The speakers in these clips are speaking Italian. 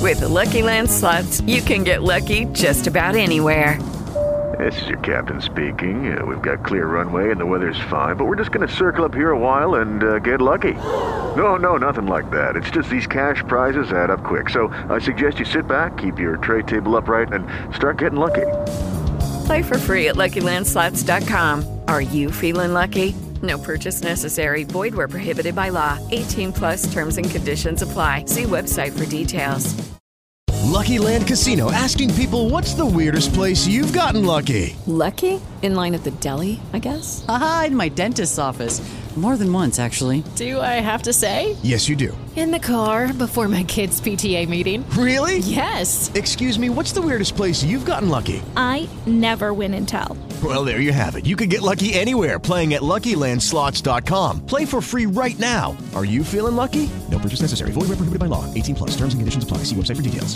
With the Lucky Land Slots, you can get lucky just about anywhere. This is your captain speaking. We've got clear runway and the weather's fine, but we're just going to circle up here a while and get lucky. No, nothing like that. It's just these cash prizes add up quick. So I suggest you sit back, keep your tray table upright, and start getting lucky. Play for free at LuckyLandSlots.com. Are you feeling lucky? No purchase necessary. Void where prohibited by law. 18 plus terms and conditions apply. See website for details. Lucky Land Casino, asking people, what's the weirdest place you've gotten lucky? Lucky? In line at the deli, I guess? Aha, in my dentist's office. More than once, actually. Do I have to say? Yes, you do. In the car before my kids' PTA meeting. Really? Yes. Excuse me, what's the weirdest place you've gotten lucky? I never win and tell. Well, there you have it. You can get lucky anywhere, playing at LuckyLandSlots.com. Play for free right now. Are you feeling lucky? No purchase necessary. Void where prohibited by law. 18 plus. Terms and conditions apply. See website for details.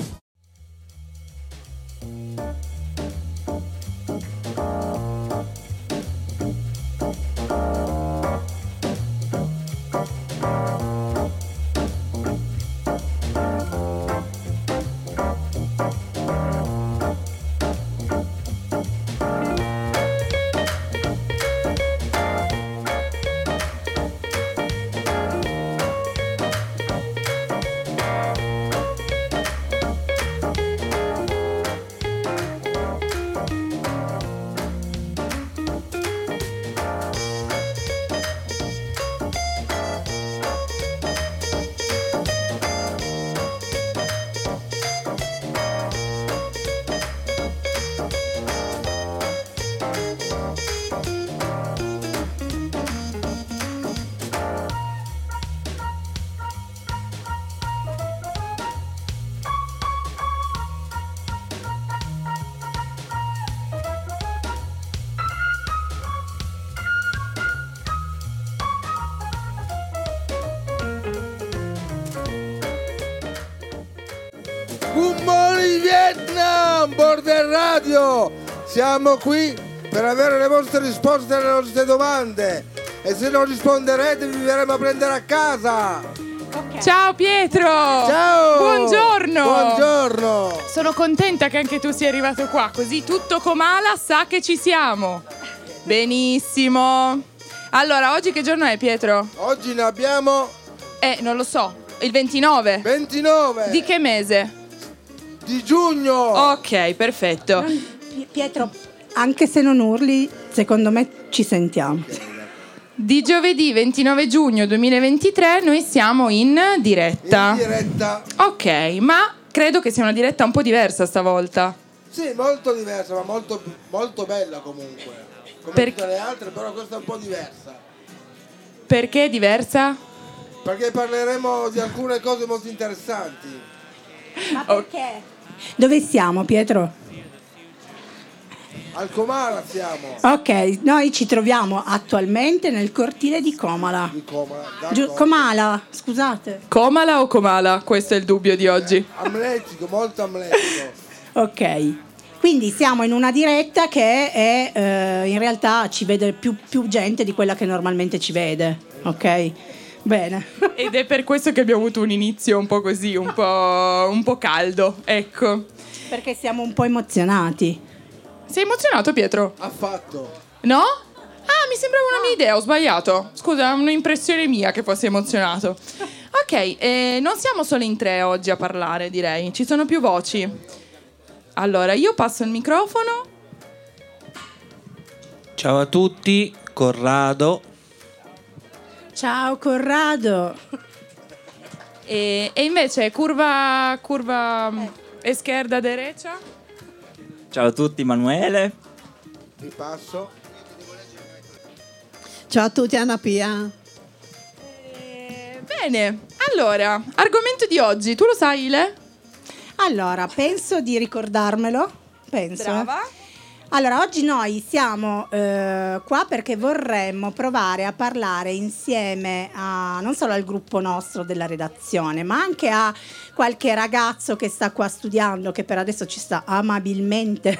Good morning Vietnam, Border Radio! Siamo qui per avere le vostre risposte alle nostre domande e se non risponderete vi verremo a prendere a casa! Okay. Ciao Pietro! Ciao! Buongiorno! Buongiorno! Sono contenta che anche tu sia arrivato qua, così tutto Comala sa che ci siamo. Benissimo. Allora, oggi che giorno è, Pietro? Oggi ne abbiamo... non lo so, il 29. 29! Di che mese? Di giugno! Ok, perfetto. Pietro, anche se non urli, secondo me ci sentiamo. Di giovedì 29 giugno 2023 noi siamo in diretta. In diretta. Ok, ma credo che sia una diretta un po' diversa stavolta. Sì, molto diversa, ma molto, molto bella comunque. Come tutte le altre, però questa è un po' diversa. Perché è diversa? Perché parleremo di alcune cose molto interessanti. Ma perché? Dove siamo, Pietro? Al Comala siamo. Ok, noi ci troviamo attualmente nel cortile di Comala. Di Comala, Comala, scusate. Comala o Comala? Questo è il dubbio di oggi. Amletico, molto amletico. Ok, quindi siamo in una diretta che è in realtà ci vede più gente di quella che normalmente ci vede, ok? Bene. Ed è per questo che abbiamo avuto un inizio un po' così, un po' caldo, ecco. Perché siamo un po' emozionati. Sei emozionato, Pietro? Affatto. No? Ah, mi sembrava una mia idea, ho sbagliato. Scusa, è un'impressione mia che fossi emozionato. Ok, non siamo solo in tre oggi a parlare, direi. Ci sono più voci. Allora, io passo il microfono. Ciao a tutti, Corrado. Ciao Corrado. E invece curva esquerda derecha. Ciao a tutti, Manuele. Ti passo. Ciao a tutti, Anna Pia. Bene, allora, argomento di oggi, tu lo sai, Ile? Allora, penso di ricordarmelo. Penso. Brava. Allora, oggi noi siamo qua perché vorremmo provare a parlare insieme a non solo al gruppo nostro della redazione, ma anche a qualche ragazzo che sta qua studiando, che per adesso ci sta amabilmente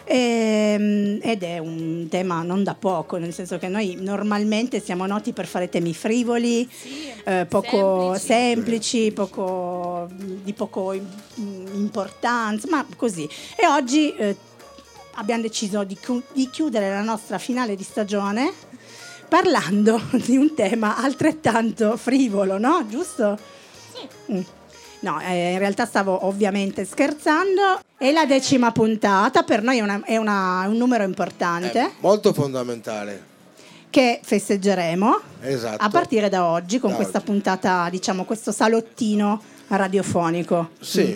ed è un tema non da poco, nel senso che noi normalmente siamo noti per fare temi frivoli, poco semplici, di poco importanza, ma così. E oggi abbiamo deciso di chiudere la nostra finale di stagione parlando di un tema altrettanto frivolo, no? Giusto? Sì. No, in realtà stavo ovviamente scherzando. È la 10ª puntata, per noi è un numero importante. È molto fondamentale. Che festeggeremo, esatto, a partire da oggi con questa puntata, diciamo, questo salottino radiofonico. Sì.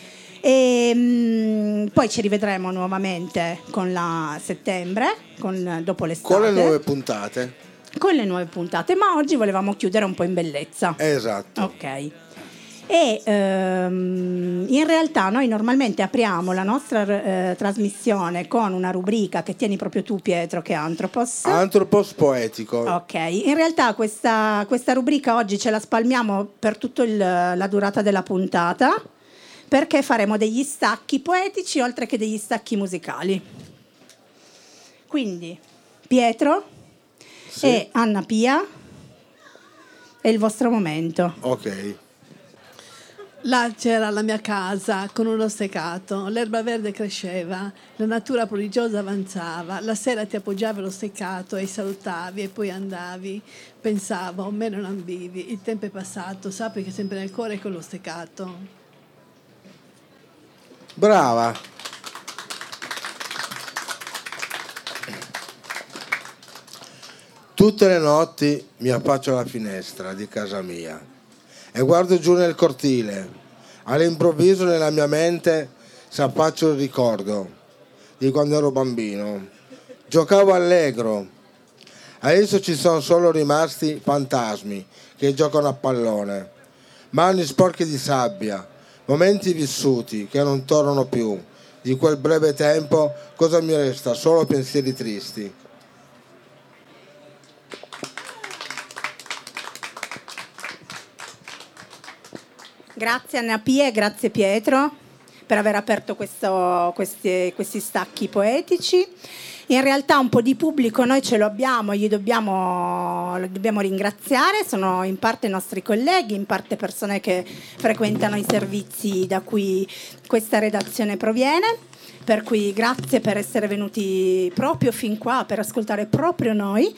E poi ci rivedremo nuovamente con la settembre, dopo l'estate. Con le nuove puntate. Con le nuove puntate, ma oggi volevamo chiudere un po' in bellezza. Esatto. Ok. E in realtà noi normalmente apriamo la nostra trasmissione con una rubrica che tieni proprio tu, Pietro, che è Anthropos. Anthropos poetico. Ok, in realtà questa rubrica oggi ce la spalmiamo per tutta la durata della puntata, perché faremo degli stacchi poetici oltre che degli stacchi musicali. Quindi Pietro e Anna Pia è il vostro momento. Ok. Là c'era la mia casa con uno steccato, l'erba verde cresceva, la natura prodigiosa avanzava, la sera ti appoggiavi allo steccato e salutavi e poi andavi. Pensavo, me non ambivi, il tempo è passato, sappi che sempre nel cuore è quello steccato. Brava. Tutte le notti mi affaccio alla finestra di casa mia e guardo giù nel cortile. All'improvviso nella mia mente si affaccia il ricordo di quando ero bambino. Giocavo allegro. Adesso ci sono solo rimasti fantasmi che giocano a pallone, mani sporche di sabbia, momenti vissuti che non tornano più. Di quel breve tempo cosa mi resta? Solo pensieri tristi. Grazie Anna Pia e grazie Pietro per aver aperto questi stacchi poetici. In realtà un po' di pubblico noi ce lo abbiamo, lo dobbiamo ringraziare, sono in parte nostri colleghi, in parte persone che frequentano i servizi da cui questa redazione proviene, per cui grazie per essere venuti proprio fin qua, per ascoltare proprio noi.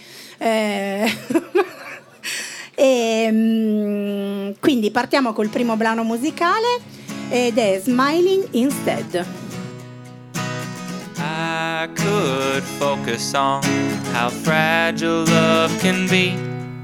E quindi partiamo col primo brano musicale ed è Smiling Instead. I could focus on how fragile love can be.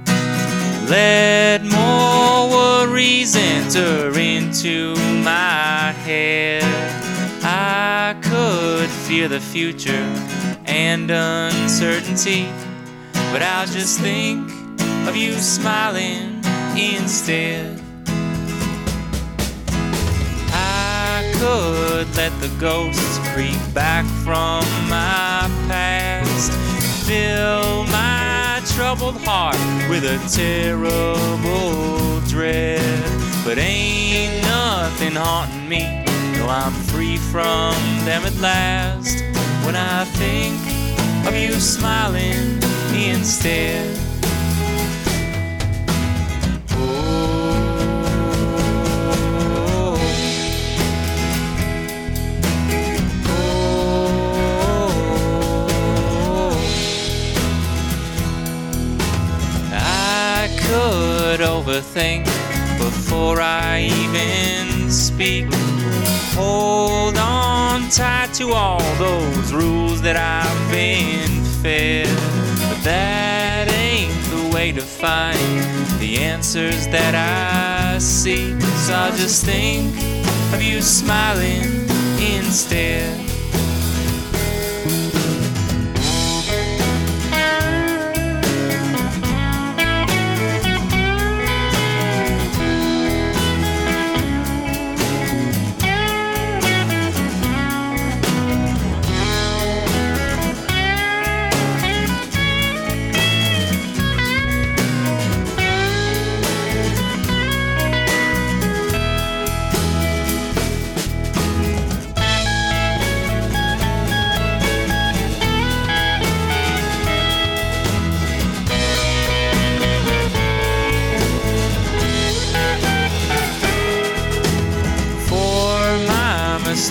Let more worries enter into my head. I could fear the future and uncertainty, but I'll just think of you smiling instead. I could let the ghosts creep back from my past, fill my troubled heart with a terrible dread. But ain't nothing haunting me, no, I'm free from them at last, when I think of you smiling instead. Could overthink before I even speak. Hold on tight to all those rules that I've been fed, but that ain't the way to find the answers that I seek. So I'll just think of you smiling instead.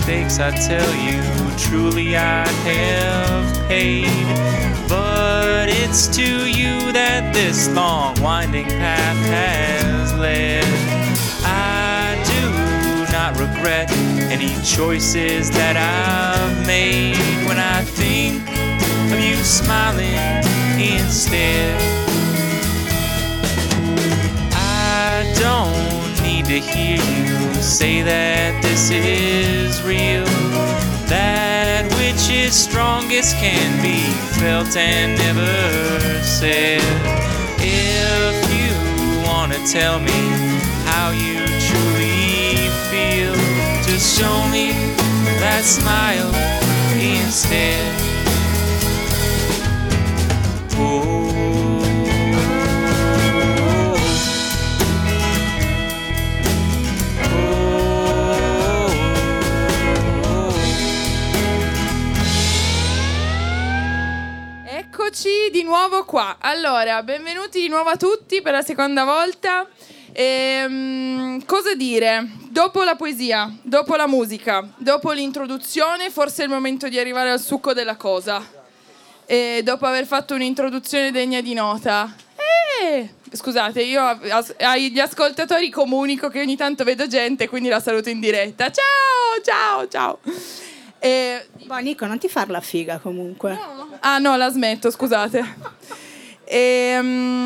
mistakes, I tell you, truly I have paid. But it's to you that this long winding path has led. I do not regret any choices that I've made when I think of you smiling instead. I don't need to hear you say that this is real. That which is strongest can be felt and never said. If you want to tell me how you truly feel, just show me that smile instead. Oh. Eccoci di nuovo qua. Allora, benvenuti di nuovo a tutti per la seconda volta. Cosa dire? Dopo la poesia, dopo la musica, dopo l'introduzione, forse è il momento di arrivare al succo della cosa. Dopo aver fatto un'introduzione degna di nota. Scusate, io agli ascoltatori comunico che ogni tanto vedo gente, quindi la saluto in diretta. Ciao. Nico, non ti far la figa comunque. No. Ah no, la smetto, scusate. Da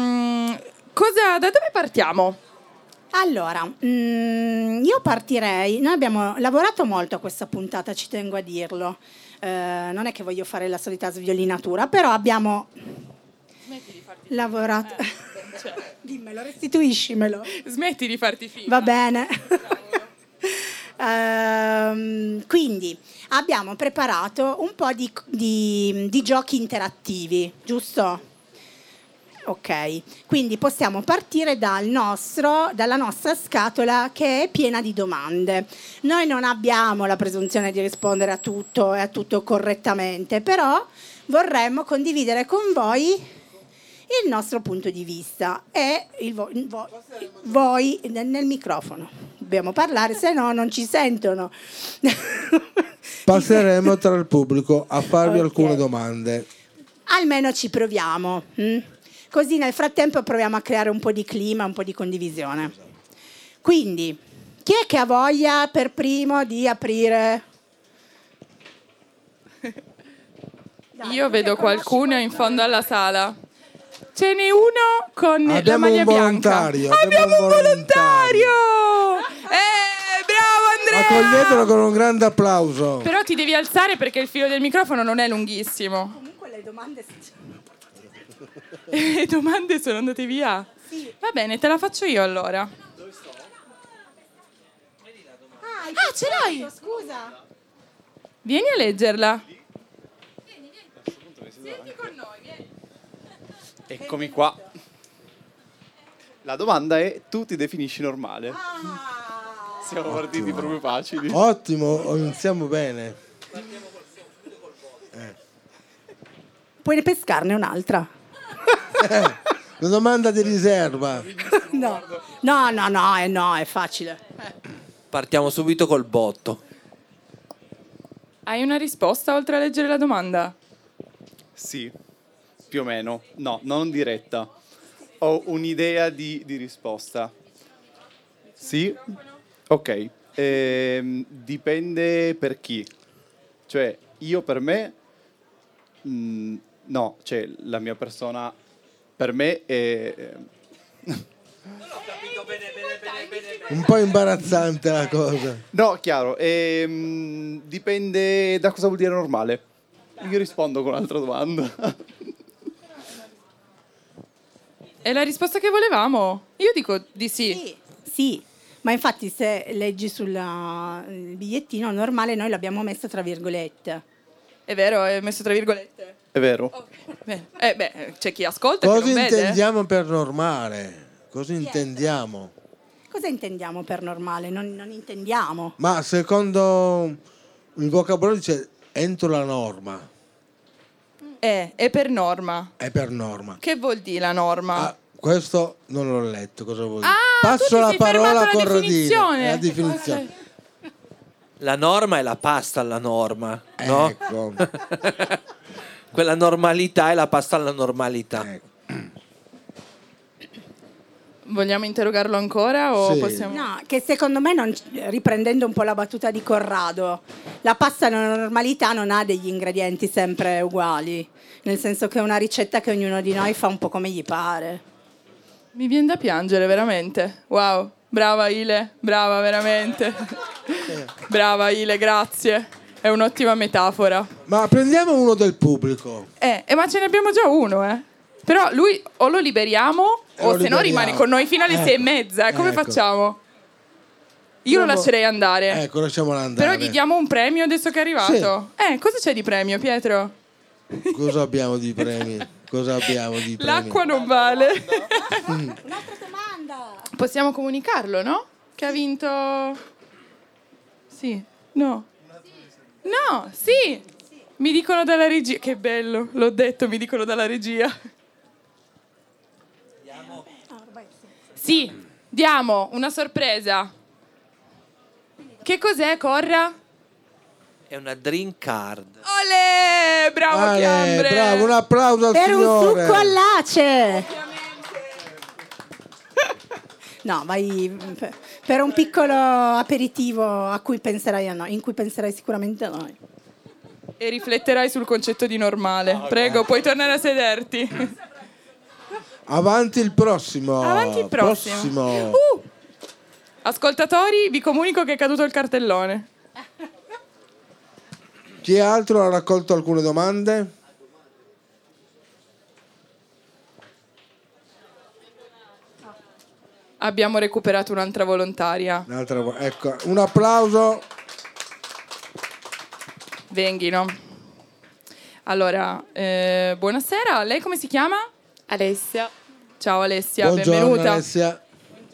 dove partiamo? Allora, io partirei. Noi abbiamo lavorato molto a questa puntata, ci tengo a dirlo. Non è che voglio fare la solita sviolinatura, però abbiamo lavorato. Dimmelo, restituiscimelo. Smetti di farti figa. Va bene. Quindi abbiamo preparato un po' di giochi interattivi, giusto? Ok, quindi possiamo partire dalla nostra scatola che è piena di domande. Noi non abbiamo la presunzione di rispondere a tutto e a tutto correttamente, però vorremmo condividere con voi il nostro punto di vista e voi nel microfono. Dobbiamo parlare, se no non ci sentono. Passeremo tra il pubblico a farvi alcune domande. Almeno ci proviamo. Così nel frattempo proviamo a creare un po' di clima, un po' di condivisione. Quindi, chi è che ha voglia per primo di aprire? Io vedo qualcuno in fondo alla sala. Ce n'è uno con la maglia bianca. Abbiamo un volontario! Bravo Andrea! Accoglietelo con un grande applauso. Però ti devi alzare perché il filo del microfono non è lunghissimo. Comunque le domande Le domande sono andate via? Sì. Va bene, te la faccio io allora. Dove sto? Ce l'hai! Scusa. Vieni a leggerla. Vieni. Senti con noi, vieni. Eccomi qua. La domanda è: tu ti definisci normale? Siamo partiti proprio facili. Ottimo, iniziamo bene. Puoi pescarne un'altra? Una domanda di riserva. No, è facile. Partiamo subito col botto. Hai una risposta oltre a leggere la domanda? Sì, più o meno. No, non diretta. Ho un'idea di risposta. Sì? Ok. Dipende per chi. Cioè, io per me... no, cioè, la mia persona... Per me è... Un po' imbarazzante la cosa. No, chiaro. Dipende da cosa vuol dire normale. Io rispondo con un'altra domanda. È la risposta che volevamo. Io dico di sì. Sì. Ma infatti se leggi sul bigliettino normale noi l'abbiamo messo tra virgolette. È vero, è messo tra virgolette. È vero. Okay. C'è chi ascolta e Cosa che non vede. intendiamo per normale? Cosa intendiamo? Cosa intendiamo per normale? Non intendiamo. Ma secondo il vocabolario dice entro la norma. È per norma. È per norma. Che vuol dire la norma? Questo non l'ho letto, cosa vuol dire? Ah, Passo tu ti la sei parola fermato con alla Rodino. definizione. La definizione. La norma è la pasta alla norma, no? Ecco. Quella normalità è la pasta alla normalità. Vogliamo interrogarlo ancora o possiamo... No, che secondo me, riprendendo un po' la battuta di Corrado, la pasta alla normalità non ha degli ingredienti sempre uguali, nel senso che è una ricetta che ognuno di noi fa un po' come gli pare. Mi viene da piangere, veramente. Wow, brava Ile, brava veramente. Brava Ile, grazie. È un'ottima metafora. Ma prendiamo uno del pubblico. Ma ce ne abbiamo già uno, Però lui o lo liberiamo o se no rimane con noi fino alle 6:30. Come facciamo? Io lo lascerei andare. Ecco, lasciamolo andare. Però gli diamo un premio adesso che è arrivato. Cosa c'è di premio, Pietro? Cosa abbiamo di premi? L'acqua non vale. Un'altra domanda. Possiamo comunicarlo, no? Che ha vinto... Sì. No. No, sì. Mi dicono dalla regia. Che bello, l'ho detto, mi dicono dalla regia. Sì, diamo una sorpresa. Che cos'è, Corra? È una drink card. Olè, bravo Chiambre. Bravo, un applauso al per signore. Un succo all'ace. No, vai per un piccolo aperitivo in cui penserai sicuramente a noi. E rifletterai sul concetto di normale. Prego, puoi tornare a sederti. Avanti il prossimo. Ascoltatori, vi comunico che è caduto il cartellone. Chi altro ha raccolto alcune domande? Abbiamo recuperato un'altra volontaria. Ecco, un applauso. Venghino. Allora, buonasera. Lei come si chiama? Alessia. Ciao Alessia, Buongiorno, benvenuta. Alessia.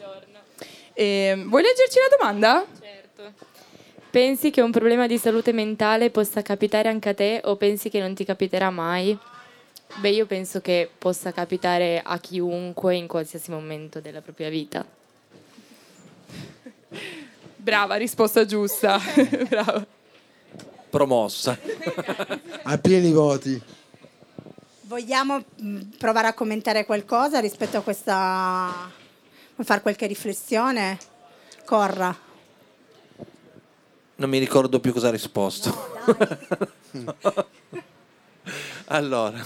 Vuoi leggerci la domanda? Certo. Pensi che un problema di salute mentale possa capitare anche a te o pensi che non ti capiterà mai? Beh, io penso che possa capitare a chiunque in qualsiasi momento della propria vita. Brava, risposta giusta. Brava. Promossa. A pieni voti. Vogliamo provare a commentare qualcosa rispetto a questa... fare qualche riflessione? Corra. Non mi ricordo più cosa ha risposto. Allora,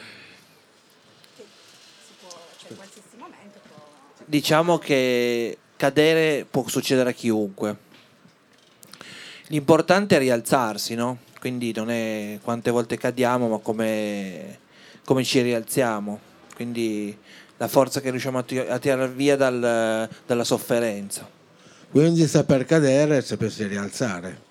diciamo che cadere può succedere a chiunque. L'importante è rialzarsi, no? Quindi non è quante volte cadiamo, ma come ci rialziamo. Quindi la forza che riusciamo a tirare via dalla sofferenza. Quindi saper cadere e sapersi rialzare.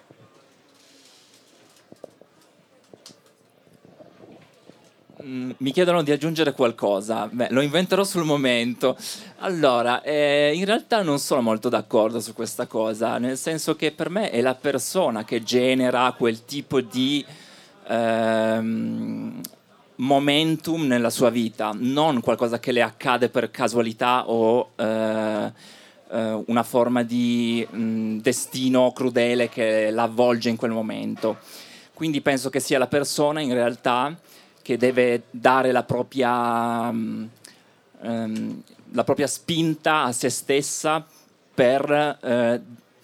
Mi chiedono di aggiungere qualcosa. Beh, lo inventerò sul momento. Allora, in realtà non sono molto d'accordo su questa cosa, nel senso che per me è la persona che genera quel tipo di momentum nella sua vita, non qualcosa che le accade per casualità o una forma di destino crudele che la avvolge in quel momento. Quindi penso che sia la persona in realtà che deve dare la propria spinta a se stessa per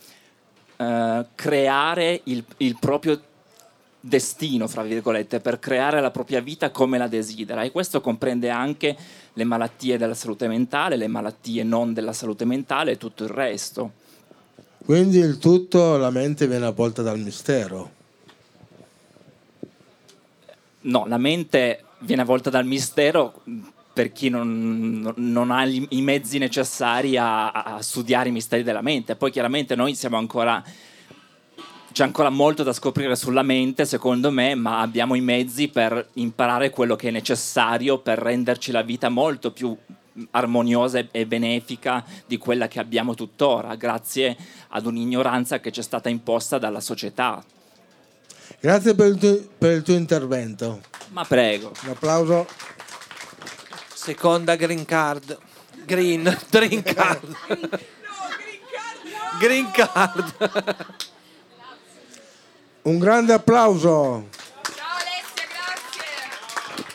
creare il proprio destino, fra virgolette, per creare la propria vita come la desidera, e questo comprende anche le malattie della salute mentale, le malattie non della salute mentale e tutto il resto. Quindi il tutto, la mente viene avvolta dal mistero. No, la mente viene avvolta dal mistero per chi non ha i mezzi necessari a studiare i misteri della mente. Poi chiaramente noi c'è ancora molto da scoprire sulla mente, secondo me, ma abbiamo i mezzi per imparare quello che è necessario per renderci la vita molto più armoniosa e benefica di quella che abbiamo tuttora, grazie ad un'ignoranza che ci è stata imposta dalla società. Grazie per il tuo intervento. Ma prego. Un applauso. Seconda green card. Drink card. Green card. Un grande applauso. Ciao Alessia, grazie.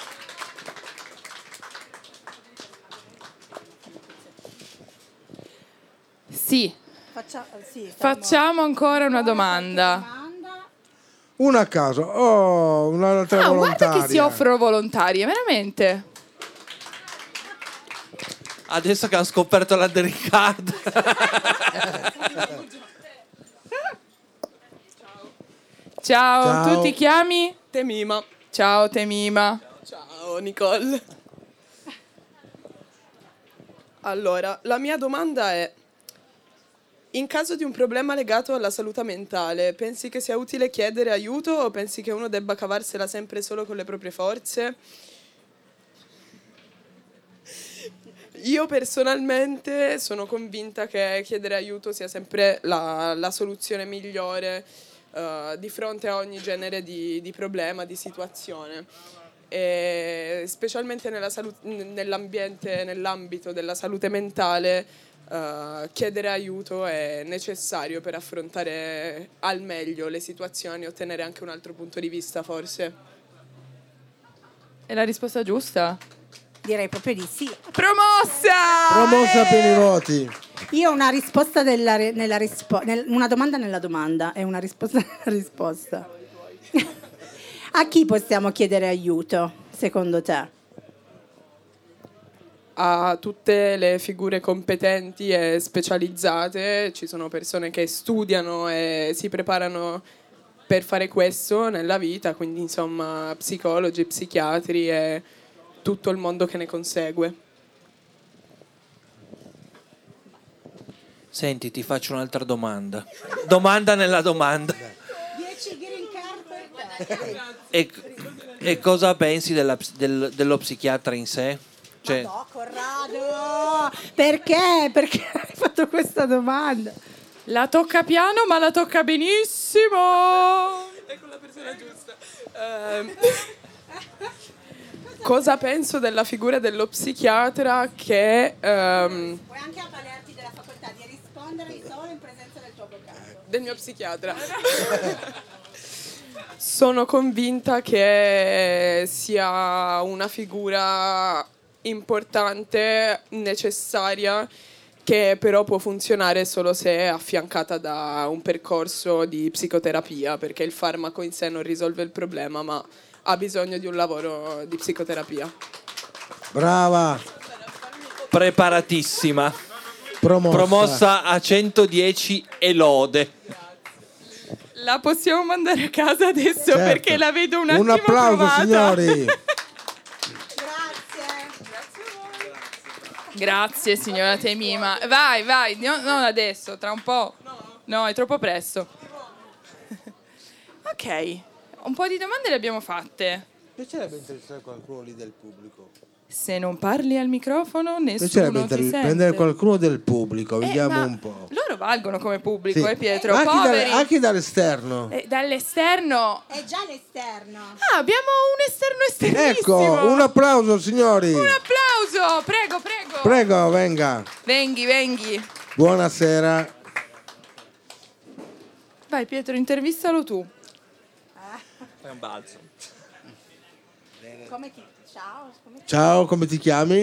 Sì, facciamo ancora una domanda. Una a caso. Oh, un'altra volontaria. Guarda che si offrono volontarie, veramente. Adesso che hanno scoperto la De Riccardo. Ciao, tu ti chiami? Temima. Ciao Temima. Ciao Nicole. Allora, la mia domanda è: in caso di un problema legato alla salute mentale, pensi che sia utile chiedere aiuto o pensi che uno debba cavarsela sempre solo con le proprie forze? Io personalmente sono convinta che chiedere aiuto sia sempre la soluzione migliore di fronte a ogni genere di problema, di situazione. E specialmente nell'ambito della salute mentale, chiedere aiuto è necessario per affrontare al meglio le situazioni e ottenere anche un altro punto di vista, forse. È la risposta giusta? Direi proprio di sì. Promossa per i voti. Io ho una risposta una domanda nella domanda e una risposta nella risposta. A chi possiamo chiedere aiuto, secondo te? A tutte le figure competenti e specializzate. Ci sono persone che studiano e si preparano per fare questo nella vita, quindi insomma psicologi, psichiatri e tutto il mondo che ne consegue. Senti, ti faccio un'altra domanda. Domanda nella domanda. 10 green card. E cosa pensi dello psichiatra in sé? Cioè, No, Corrado! Perché? Perché hai fatto questa domanda? La tocca piano, ma la tocca benissimo. Ecco la persona giusta. Cosa penso della figura dello psichiatra che... Puoi anche avvalerti della facoltà di rispondere solo in presenza del tuo avvocato. Del mio psichiatra. Sono convinta che sia una figura importante, necessaria, che però può funzionare solo se è affiancata da un percorso di psicoterapia, perché il farmaco in sé non risolve il problema, ma ha bisogno di un lavoro di psicoterapia. Brava. preparatissima. Promossa a 110 e lode. La possiamo mandare a casa adesso, Certo. perché la vedo un attimo Un applauso, provata. signori. Grazie signora Temima. Vai, vai, non adesso, tra un po'. No, è troppo presto. Ok, un po' di domande le abbiamo fatte. Piacerebbe interessare qualcuno lì del pubblico. Se non parli al microfono, Piacerebbe nessuno ti prendere sente. qualcuno del pubblico, vediamo ma un po'. Loro valgono come pubblico, Sì. Pietro? Anche, Poveri. anche dall'esterno. Dall'esterno. È già l'esterno. Ah, abbiamo un esterno esternissimo. Ecco, un applauso, signori. Un applauso, prego, prego. Prego, venga. Venghi. Buonasera. Vai Pietro, intervistalo tu. Fai un balzo. Ciao, come ti chiami?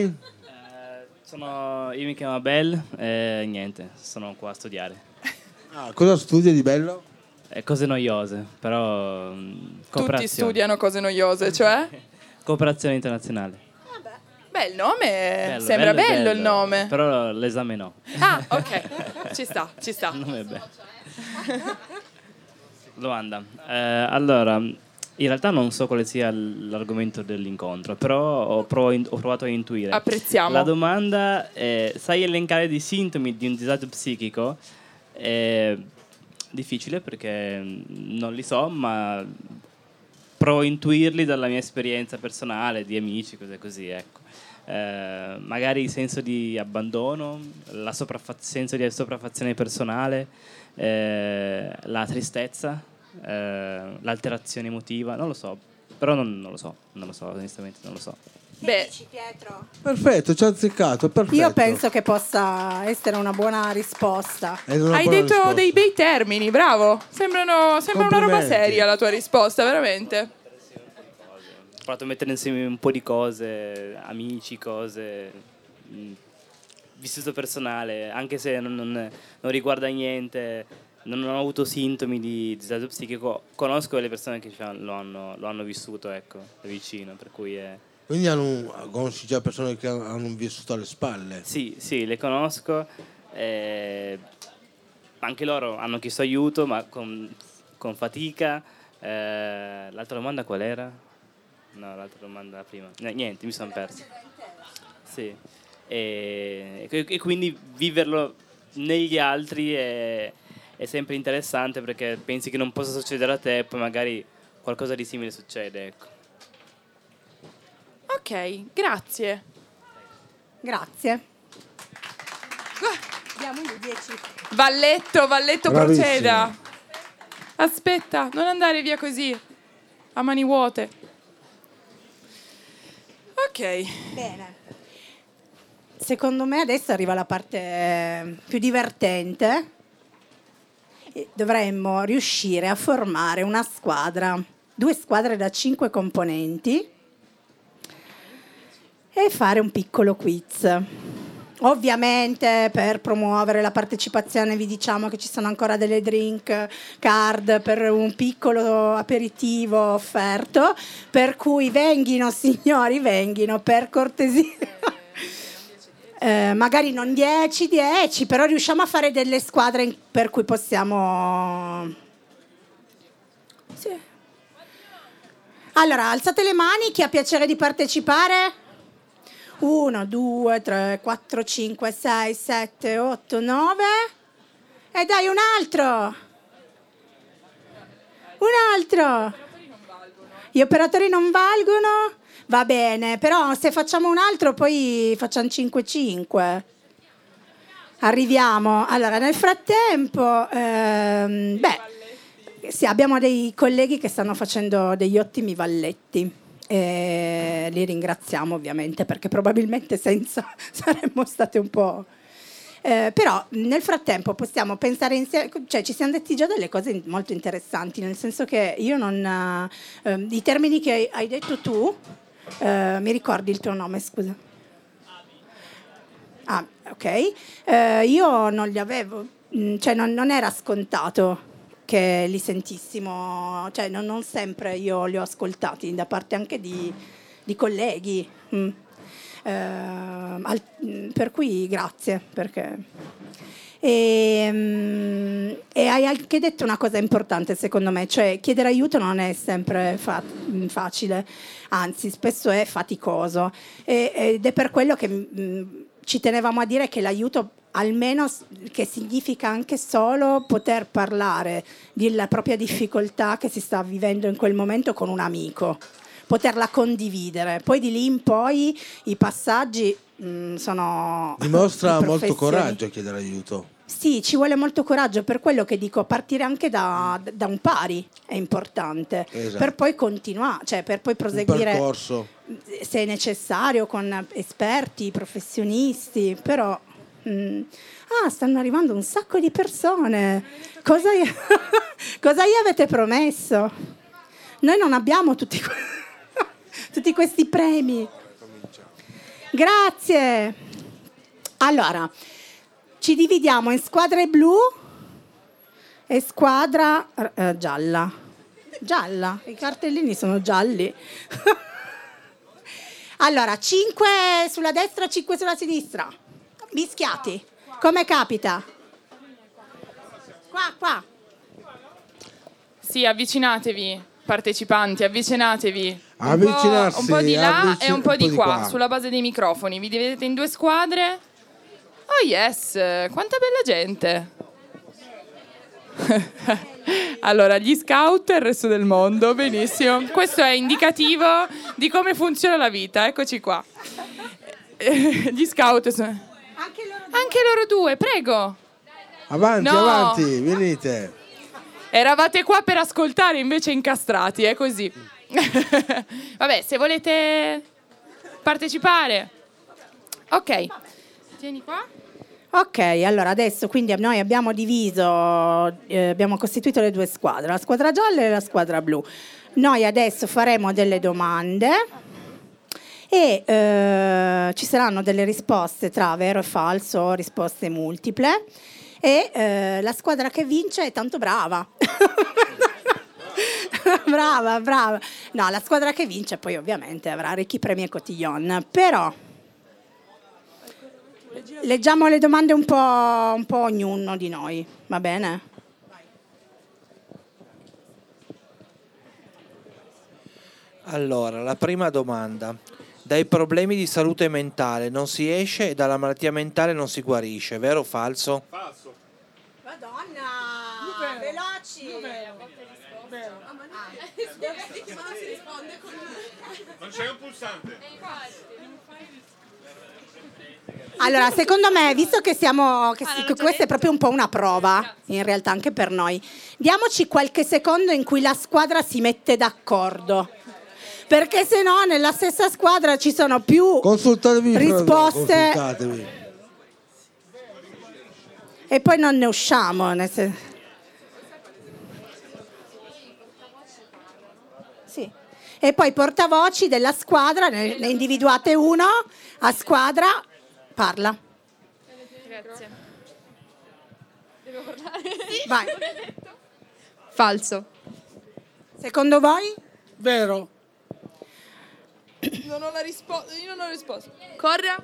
Io mi chiamo Abel e niente, sono qua a studiare. Cosa studi di bello? Cose noiose, però Tutti cooperazione. studiano cose noiose, cioè? Cooperazione internazionale. Beh, il nome Bello, sembra bello, bello, il nome. Però l'esame no. Ah, ok. Ci sta. Il nome è bello. Domanda. Allora, in realtà non so quale sia l'argomento dell'incontro, però ho provato a intuire. Apprezziamo. La domanda è: sai elencare i sintomi di un disagio psichico? È difficile perché non li so, ma provo a intuirli dalla mia esperienza personale, di amici, cose così, ecco. Magari il senso di abbandono, senso di sopraffazione personale, la tristezza, l'alterazione emotiva, non lo so, però non lo so, onestamente non lo so. Beh, Perfetto, ci ha azzeccato, perfetto. Io penso che possa essere una buona risposta. hai detto dei bei termini, bravo. Sembra una roba Complimenti. seria la tua risposta, veramente. Ho provato a mettere insieme un po' di cose, amici, cose, vissuto personale, anche se non riguarda niente, non ho avuto sintomi di disagio psichico, conosco le persone che lo hanno vissuto, ecco, da vicino, per cui è... Quindi conosci già persone che hanno vissuto alle spalle? Sì, le conosco, anche loro hanno chiesto aiuto, ma con fatica. L'altra domanda qual era? No, l'altra domanda prima. Niente, mi sono perso. Sì. E quindi viverlo negli altri è sempre interessante, perché pensi che non possa succedere a te e poi magari qualcosa di simile succede, ecco. Ok, grazie. Grazie. Diamo gli 10. Valletto, Bravissimo. proceda. Aspetta, non andare via così, a mani vuote. Ok. Bene. Secondo me adesso arriva la parte più divertente. Dovremmo riuscire a formare una squadra, 2 squadre da 5 componenti, e fare un piccolo quiz. Ovviamente per promuovere la partecipazione vi diciamo che ci sono ancora delle drink card per un piccolo aperitivo offerto, per cui venghino signori, venghino per cortesia. Magari non 10, però riusciamo a fare delle squadre per cui possiamo... Sì. Allora, alzate le mani, chi ha piacere di partecipare? 1, 2, 3, 4, 5, 6, 7, 8, 9. E dai, un altro. Gli operatori non valgono? Va bene, però se facciamo un altro poi facciamo 5-5. Arriviamo. Allora, nel frattempo, sì, abbiamo dei colleghi che stanno facendo degli ottimi valletti. Li ringraziamo ovviamente, perché probabilmente senza saremmo state un po'... però nel frattempo possiamo pensare insieme, cioè ci siamo detti già delle cose molto interessanti, nel senso che io non... i termini che hai detto tu, mi ricordi il tuo nome, scusa? Ah, ok. Io non li avevo, cioè non era scontato che li sentissimo, cioè non sempre io li ho ascoltati da parte anche di colleghi, per cui grazie, perché e hai anche detto una cosa importante secondo me, cioè chiedere aiuto non è sempre facile, anzi spesso è faticoso, ed è per quello che ci tenevamo a dire che l'aiuto, almeno che significa anche solo poter parlare della propria difficoltà che si sta vivendo in quel momento con un amico, poterla condividere. Poi di lì in poi i passaggi sono... Dimostra molto coraggio a chiedere aiuto. Sì, ci vuole molto coraggio, per quello che dico, partire anche da un pari è importante, esatto. Per poi continuare, cioè per poi proseguire, un percorso, se è necessario, con esperti, professionisti, però... stanno arrivando un sacco di persone. Cosa gli avete promesso? Noi non abbiamo tutti questi premi. Grazie. Allora, ci dividiamo in squadre blu e squadra gialla. Gialla, i cartellini sono gialli. Allora, 5 sulla destra, 5 sulla sinistra. Mischiati, come capita? Qua. Sì, avvicinatevi, partecipanti, avvicinatevi. Avvicinarsi, un po' di là e un po' di qua, qua, sulla base dei microfoni. Vi dividete in 2 squadre. Oh yes, quanta bella gente. Allora, gli scout e il resto del mondo, benissimo. Questo è indicativo di come funziona la vita, eccoci qua. Gli scout sono... Anche loro due, prego. Avanti, No. avanti, venite. Eravate qua per ascoltare, invece incastrati, è così. Vabbè, se volete partecipare. Ok, tieni qua. Ok, allora adesso quindi noi abbiamo abbiamo costituito le due squadre, la squadra gialla e la squadra blu. Noi adesso faremo delle domande e ci saranno delle risposte tra vero e falso, risposte multiple, e la squadra che vince è tanto brava. brava. No, la squadra che vince poi ovviamente avrà ricchi premi e cotillon, però leggiamo le domande un po' ognuno di noi, va bene? Allora, la prima domanda. Dai problemi di salute mentale non si esce e dalla malattia mentale non si guarisce, vero o falso? Falso. Madonna, veloci. Non c'è un pulsante. Allora, secondo me, visto che questa è proprio un po' una prova, in realtà anche per noi, diamoci qualche secondo in cui la squadra si mette d'accordo. Perché se no nella stessa squadra ci sono più risposte e poi non ne usciamo. Sì. E poi portavoci della squadra, ne individuate uno a squadra, parla. Grazie. Devo parlare? Sì. Vai. Falso. Secondo voi? Vero. Non ho la risposta. Io non ho risposto. Corra.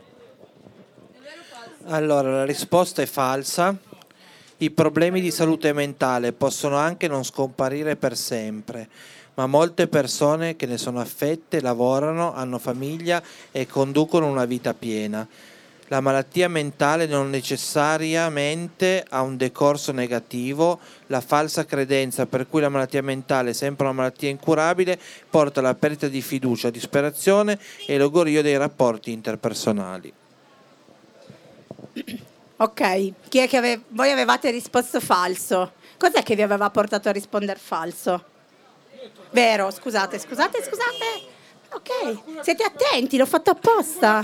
Allora, la risposta è falsa. I problemi di salute mentale possono anche non scomparire per sempre, ma molte persone che ne sono affette lavorano, hanno famiglia e conducono una vita piena. La malattia mentale non necessariamente ha un decorso negativo. La falsa credenza per cui la malattia mentale è sempre una malattia incurabile porta alla perdita di fiducia, disperazione e logorio dei rapporti interpersonali. Ok, chi è che voi avevate risposto falso? Cos'è che vi aveva portato a rispondere falso? Vero, scusate. Ok, siete attenti, l'ho fatto apposta.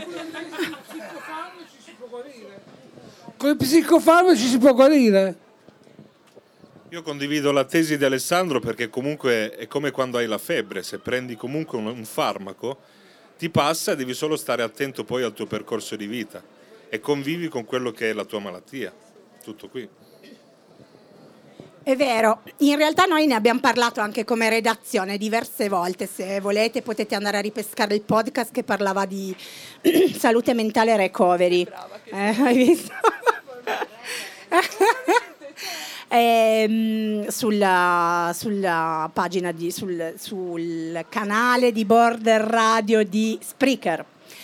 Con i psicofarmaci si può guarire? Io condivido la tesi di Alessandro perché comunque è come quando hai la febbre, se prendi comunque un farmaco ti passa, devi solo stare attento poi al tuo percorso di vita e convivi con quello che è la tua malattia. Tutto qui. È vero, in realtà noi ne abbiamo parlato anche come redazione diverse volte, se volete potete andare a ripescare il podcast che parlava di salute mentale e recovery. Hai visto? Sulla pagina sul canale di Border Radio di Spreaker.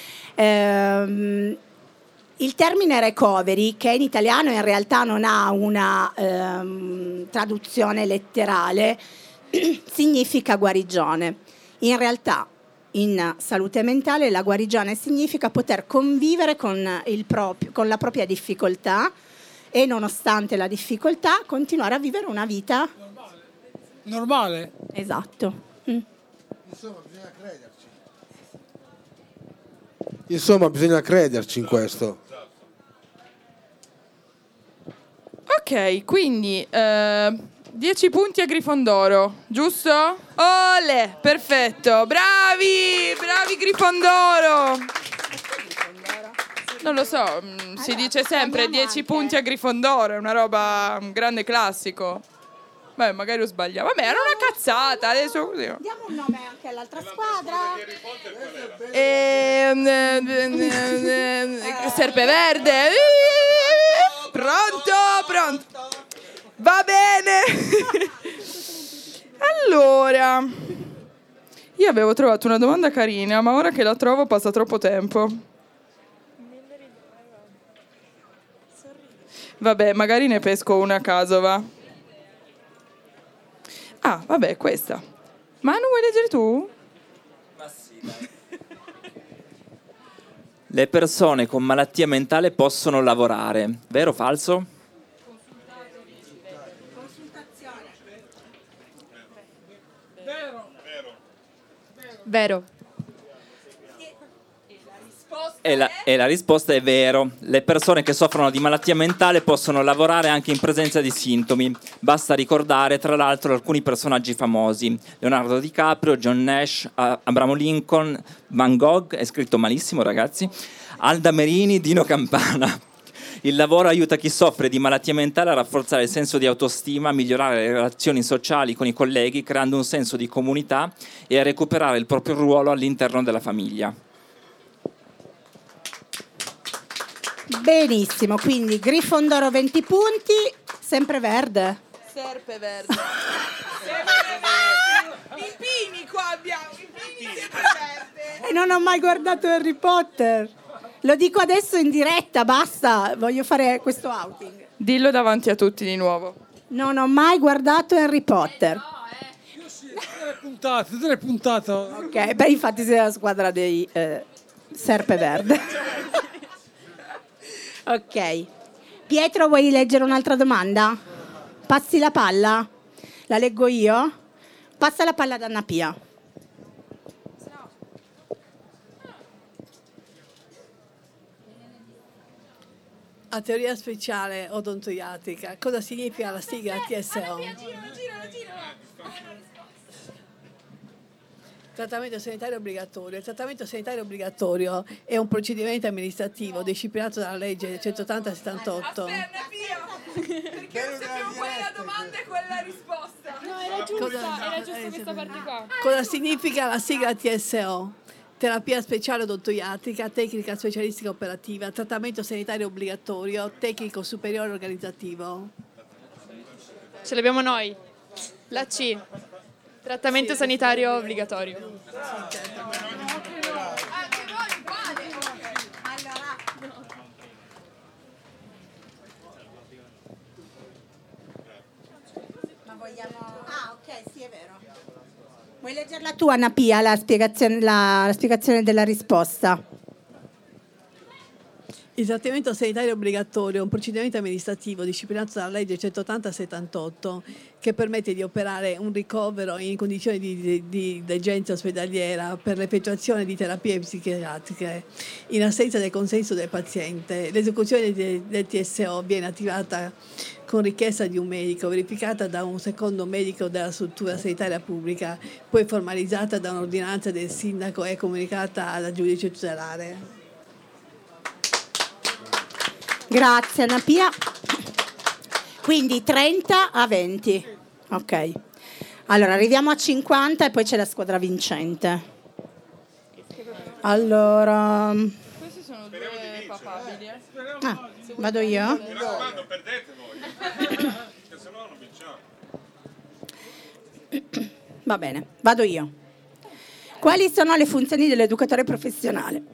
Il termine recovery, che in italiano in realtà non ha una traduzione letterale, significa guarigione. In realtà in salute mentale la guarigione significa poter convivere con la propria difficoltà e nonostante la difficoltà continuare a vivere una vita normale. Esatto. Insomma, bisogna crederci in questo. Ok, quindi 10 punti a Grifondoro, giusto? Ole, perfetto, bravi Grifondoro. Non lo so, si dice sempre 10 punti a Grifondoro, è una roba, un grande classico. Beh, magari ho sbagliato. Vabbè, era una cazzata, adesso così. Diamo un nome anche all'altra squadra. Serpeverde. Pronto. Va bene. Allora, io avevo trovato una domanda carina, ma ora che la trovo passa troppo tempo. Vabbè, magari ne pesco una a caso, va. Ah, vabbè, questa. Manu, vuoi leggere tu? Ma sì, dai. Le persone con malattia mentale possono lavorare, vero o falso? Vero. E la risposta è vero. Le persone che soffrono di malattia mentale possono lavorare anche in presenza di sintomi. Basta ricordare, tra l'altro, alcuni personaggi famosi. Leonardo DiCaprio, John Nash, Abramo Lincoln, Van Gogh, è scritto malissimo ragazzi, Alda Merini, Dino Campana. Il lavoro aiuta chi soffre di malattia mentale a rafforzare il senso di autostima, a migliorare le relazioni sociali con i colleghi, creando un senso di comunità e a recuperare il proprio ruolo all'interno della famiglia. Benissimo, quindi Grifondoro 20 punti, Sempreverde. Serpeverde. I pini qua abbiamo, i pini Sempreverde. E non ho mai guardato Harry Potter. Lo dico adesso in diretta, basta, voglio fare questo outing. Dillo davanti a tutti di nuovo. Non ho mai guardato Harry Potter. Tutte le puntate. Ok, beh, infatti sei la squadra dei Serpeverde. Ok. Pietro, vuoi leggere un'altra domanda? Passi la palla? La leggo io? Passa la palla ad Anna Pia. A teoria speciale odontoiatrica, cosa significa la sigla TSO? Trattamento sanitario obbligatorio. Il trattamento sanitario obbligatorio è un procedimento amministrativo disciplinato dalla legge 180/78. Perché non sappiamo qual è la domanda e qual è la risposta. No, era giusta questa parte qua. Cosa significa la sigla TSO? Terapia speciale odontoiatrica, tecnica specialistica operativa, trattamento sanitario obbligatorio, tecnico superiore organizzativo. Ce l'abbiamo noi. La C. Trattamento sanitario obbligatorio. Ma vogliamo... Ah, ok, sì, è vero. Vuoi leggerla tu, Anna Pia, la spiegazione della risposta? Il trattamento sanitario obbligatorio è un procedimento amministrativo disciplinato dalla legge 180/78 che permette di operare un ricovero in condizioni di degenza ospedaliera per l'effettuazione di terapie psichiatriche in assenza del consenso del paziente. L'esecuzione del TSO viene attivata con richiesta di un medico, verificata da un secondo medico della struttura sanitaria pubblica, poi formalizzata da un'ordinanza del sindaco e comunicata al giudice tutelare. Grazie Anna Pia. Quindi 30-20. Ok. Allora arriviamo a 50 e poi c'è la squadra vincente. Allora... Questi sono due papabili. Ah, vado io? Mi raccomando, perdete voi. Che se no non vinciamo. Va bene, vado io. Quali sono le funzioni dell'educatore professionale?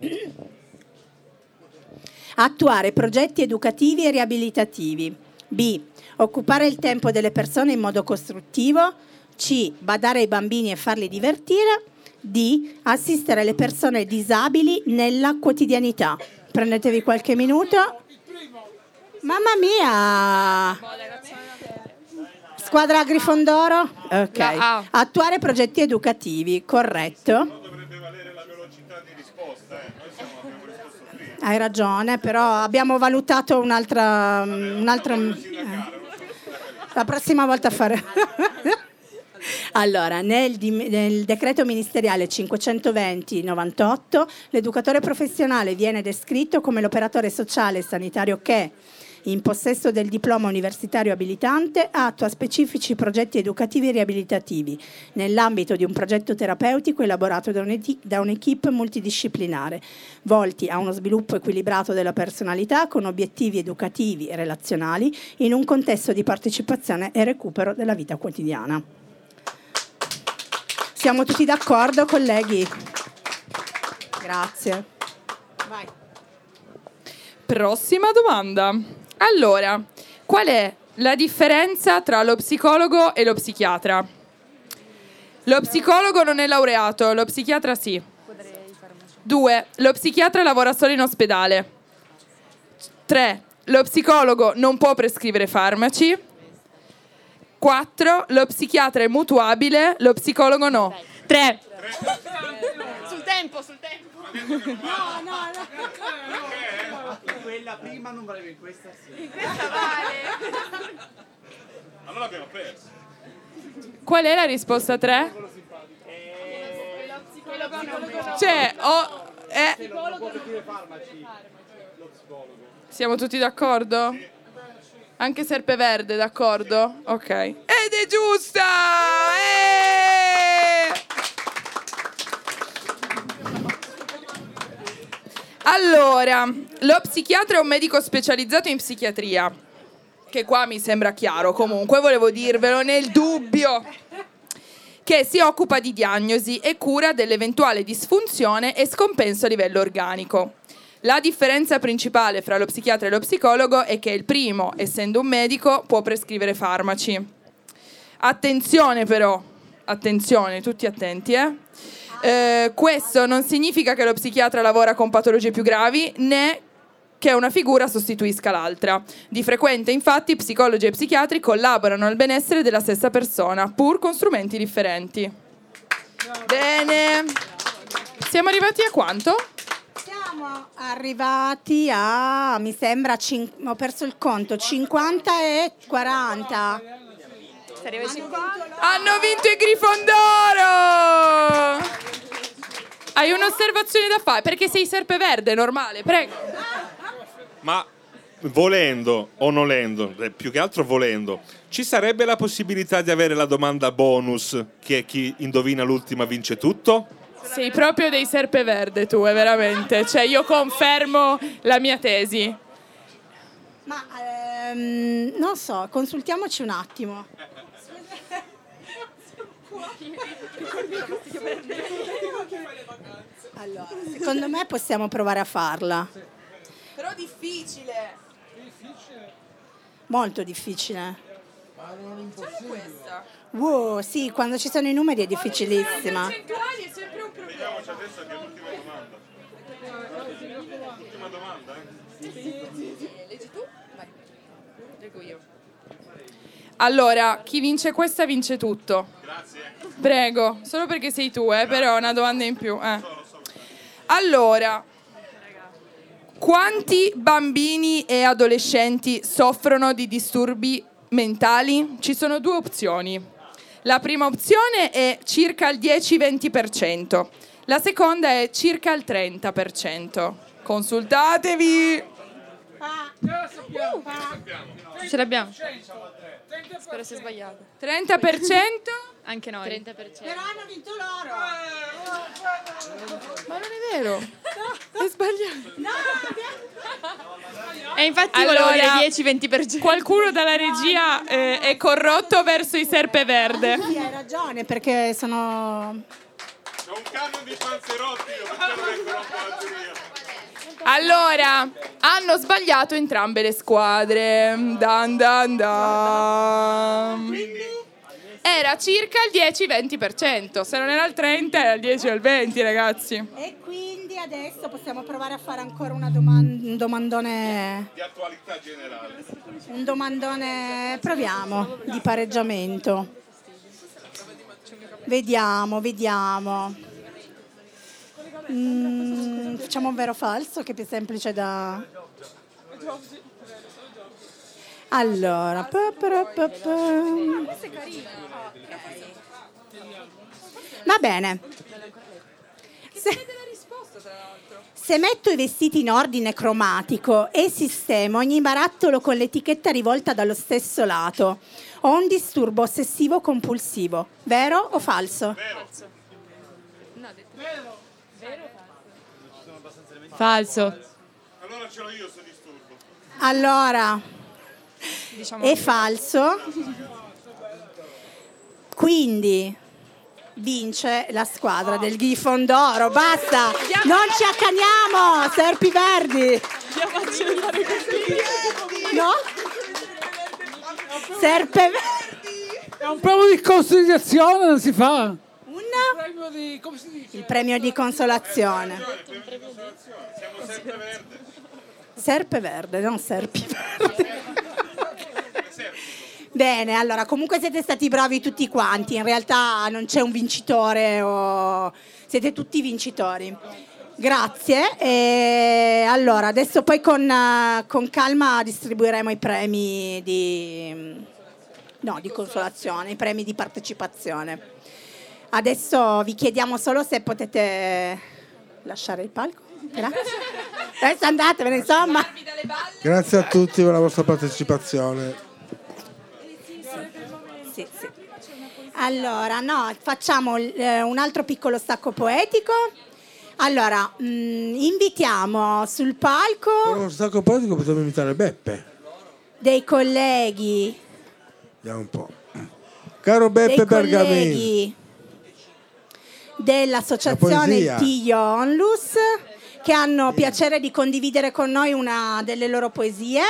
Attuare progetti educativi e riabilitativi. B. Occupare il tempo delle persone in modo costruttivo. C. Badare ai bambini e farli divertire. D. Assistere le persone disabili nella quotidianità. Prendetevi qualche minuto. Mamma mia! Squadra Grifondoro? Ok. Attuare progetti educativi, corretto. Hai ragione, però abbiamo valutato un'altra la prossima volta fare. Allora, nel decreto ministeriale 520/98 l'educatore professionale viene descritto come l'operatore sociale e sanitario che, in possesso del diploma universitario abilitante, attua specifici progetti educativi e riabilitativi nell'ambito di un progetto terapeutico elaborato da un'equipe multidisciplinare, volti a uno sviluppo equilibrato della personalità con obiettivi educativi e relazionali in un contesto di partecipazione e recupero della vita quotidiana. Siamo tutti d'accordo, colleghi? Grazie. Vai. Prossima domanda. Allora, qual è la differenza tra lo psicologo e lo psichiatra? Lo psicologo non è laureato, lo psichiatra sì. 2. Lo psichiatra lavora solo in ospedale. 3. Lo psicologo non può prescrivere farmaci. 4. Lo psichiatra è mutuabile, lo psicologo no. 3. Sul tempo. Quella prima non valeva, in questa sì. In questa vale. Allora abbiamo perso. Qual è la risposta 3? Cioè, siamo tutti d'accordo? Anche Serpeverde, d'accordo? Ok. Ed è giusta! Allora, lo psichiatra è un medico specializzato in psichiatria, che qua mi sembra chiaro, comunque volevo dirvelo nel dubbio, che si occupa di diagnosi e cura dell'eventuale disfunzione e scompenso a livello organico. La differenza principale fra lo psichiatra e lo psicologo è che il primo, essendo un medico, può prescrivere farmaci. Attenzione però, attenzione, tutti attenti, questo non significa che lo psichiatra lavora con patologie più gravi, né che una figura sostituisca l'altra. Di frequente, infatti, psicologi e psichiatri collaborano al benessere della stessa persona, pur con strumenti differenti. Bene. Siamo arrivati a quanto? Siamo arrivati a, mi sembra, ho perso il conto, 50 e 40. Hanno vinto i Grifondoro! Hai un'osservazione da fare? Perché sei Serpeverde, è normale, prego. Ma volendo o nolendo, più che altro volendo, ci sarebbe la possibilità di avere la domanda bonus, che chi indovina l'ultima vince tutto? Sei proprio dei Serpeverde tu, veramente. Cioè, io confermo la mia tesi. Ma non so, consultiamoci un attimo. Allora, secondo me possiamo provare a farla. Però difficile. Molto difficile. Ma non impossibile. Wow, sì, quando ci sono i numeri è difficilissima. Percentuali è sempre un problema. Vediamoci adesso che è l'ultima domanda. L'ultima domanda, Sì. Leggi tu? Vai. Leggo io. Allora, chi vince questa vince tutto. Grazie. Prego, solo perché sei tu, però una domanda in più. Allora, quanti bambini e adolescenti soffrono di disturbi mentali? Ci sono due opzioni. La prima opzione è circa il 10-20%, la seconda è circa il 30%. Consultatevi! Ce l'abbiamo. Spero sia sbagliato. 30%? Anche noi. 30%. Però hanno vinto loro. Ma non è vero. È sbagliato. No, E infatti Allora, volevo il 10-20%. Qualcuno dalla regia è corrotto verso i Serpeverde. sì, hai ragione, perché sono... C'è un camion di panzerotti, io non vengono qua la giuria. Allora, hanno sbagliato entrambe le squadre. Dan dan dan. Era circa il 10-20%. Se non era il 30, era il 10 o il 20, ragazzi. E quindi adesso possiamo provare a fare ancora un domandone... Di attualità generale. Un domandone, proviamo, di pareggiamento. Vediamo. Facciamo un vero o falso, che è più semplice da... Allora, va bene. Se metto i vestiti in ordine cromatico e sistemo ogni barattolo con l'etichetta rivolta dallo stesso lato, ho un disturbo ossessivo compulsivo. Vero o falso? Falso. Allora ce l'ho io sto disturbo. Allora, è falso. Quindi vince la squadra del Grifondoro. Basta, non ci accaniamo, Serpeverde. Andiamo a accelerare così. No? Serpeverde. È un premio di considerazione, non si fa. Premio di, come si dice? Il premio di consolazione. Siamo Serpeverde. Serpeverde, non Serpeverde. Bene, allora comunque siete stati bravi tutti quanti, in realtà non c'è un vincitore, siete tutti vincitori. Grazie. E allora, adesso poi con calma distribuiremo i premi di consolazione, i premi di partecipazione. Adesso vi chiediamo solo se potete lasciare il palco. Grazie. Adesso andatevene, insomma. Grazie a tutti per la vostra partecipazione. Sì. Allora, facciamo un altro piccolo stacco poetico. Allora, invitiamo sul palco Per uno stacco poetico potremmo invitare Beppe. dei colleghi, Vediamo un po'. Caro Beppe Bergamini, dell'associazione La poesia. Tiglio Onlus, che hanno piacere di condividere con noi una delle loro poesie.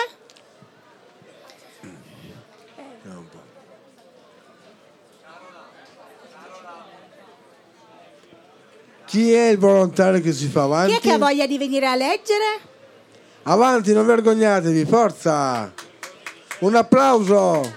chi è il volontario che si fa avanti? Chi è che ha voglia di venire a leggere? Avanti, non vergognatevi, forza! Un applauso!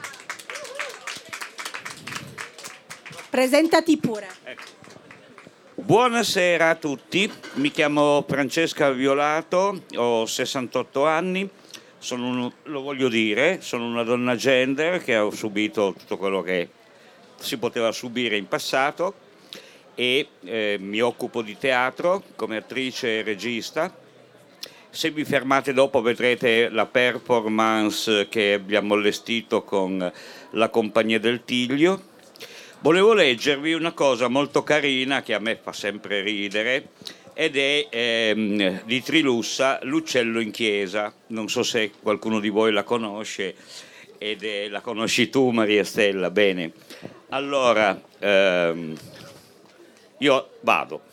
Presentati pure. Buonasera a tutti, mi chiamo Francesca Violato, ho 68 anni, lo voglio dire, sono una donna gender che ha subito tutto quello che si poteva subire in passato e mi occupo di teatro come attrice e regista. Se vi fermate dopo vedrete la performance che abbiamo allestito con la Compagnia del Tiglio. Volevo leggervi una cosa molto carina che a me fa sempre ridere ed è di Trilussa, L'uccello in chiesa. Non so se qualcuno di voi la conosce la conosci tu, Maria Stella. Bene, allora io vado.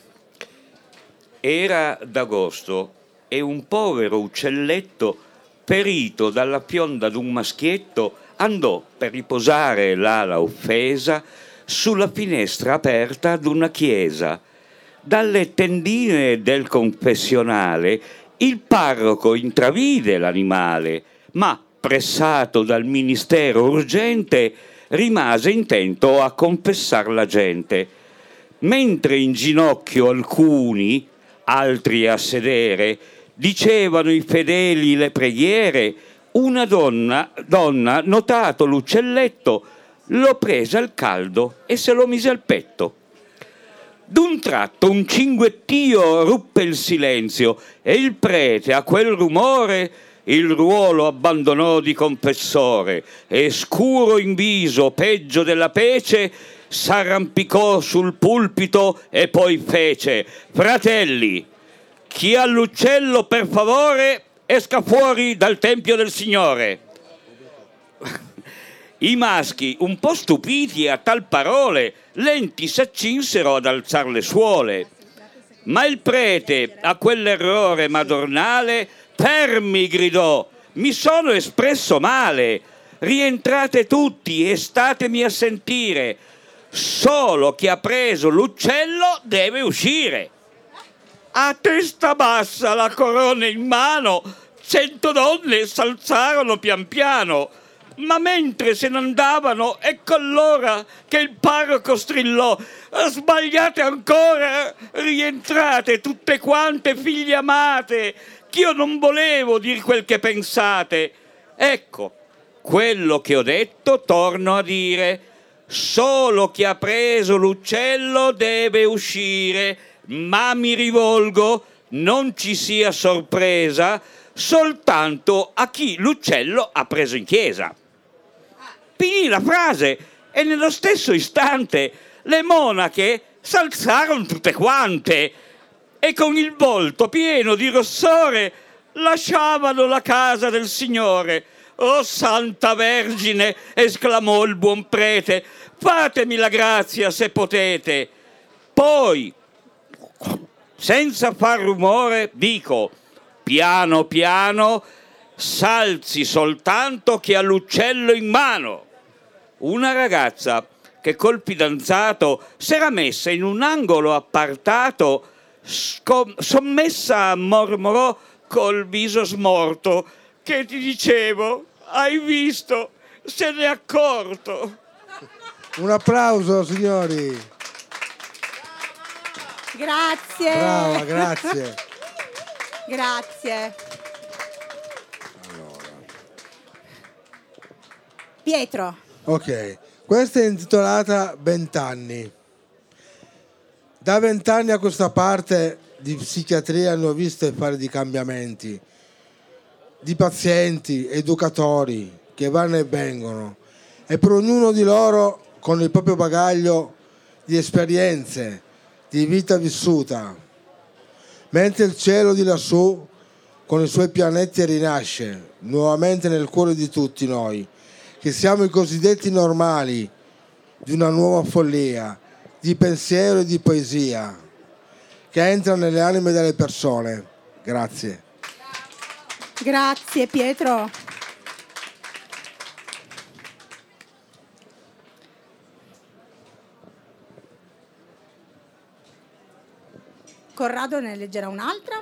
Era d'agosto e un povero uccelletto ferito dalla fionda d'un maschietto andò per riposare l'ala offesa sulla finestra aperta d'una chiesa. Dalle tendine del confessionale il parroco intravide l'animale, ma pressato dal ministero urgente rimase intento a confessar la gente. Mentre in ginocchio alcuni, altri a sedere, dicevano i fedeli le preghiere, una donna notato l'uccelletto, lo prese al caldo e se lo mise al petto. D'un tratto un cinguettio ruppe il silenzio e il prete a quel rumore il ruolo abbandonò di confessore e scuro in viso, peggio della pece, s'arrampicò sul pulpito e poi fece: fratelli, chi ha l'uccello per favore esca fuori dal tempio del Signore. I maschi, un po' stupiti a tal parole, lenti s'accinsero ad alzar le suole. Ma il prete, a quell'errore madornale, fermi, gridò, mi sono espresso male. Rientrate tutti e statemi a sentire. Solo chi ha preso l'uccello deve uscire. A testa bassa, la corona in mano, 100 donne s'alzarono pian piano. Ma mentre se ne andavano, ecco allora che il parroco strillò: sbagliate ancora, rientrate tutte quante, figlie amate, ch'io non volevo dir quel che pensate. Ecco, quello che ho detto torno a dire: solo chi ha preso l'uccello deve uscire, ma mi rivolgo, non ci sia sorpresa, soltanto a chi l'uccello ha preso in chiesa. Finì la frase e nello stesso istante le monache s'alzarono tutte quante e con il volto pieno di rossore lasciavano la casa del Signore. «Oh Santa Vergine!» esclamò il buon prete, «fatemi la grazia se potete!» Poi, senza far rumore, dico: piano piano, s'alzi soltanto chi ha l'uccello in mano. Una ragazza che col fidanzato s'era messa in un angolo appartato, sommessa mormorò col viso smorto: «Che ti dicevo? Hai visto? Se n'è accorto!» Un applauso, signori. Grazie. Brava, grazie. Grazie. Pietro. Ok, questa è intitolata 20 anni. Da 20 anni a questa parte di psichiatria ne ho viste fare di cambiamenti, di pazienti, educatori che vanno e vengono, e per ognuno di loro con il proprio bagaglio di esperienze, di vita vissuta, mentre il cielo di lassù con i suoi pianeti rinasce nuovamente nel cuore di tutti noi, che siamo i cosiddetti normali di una nuova follia di pensiero e di poesia che entra nelle anime delle persone. Grazie. Grazie Pietro. Corrado ne leggerà un'altra.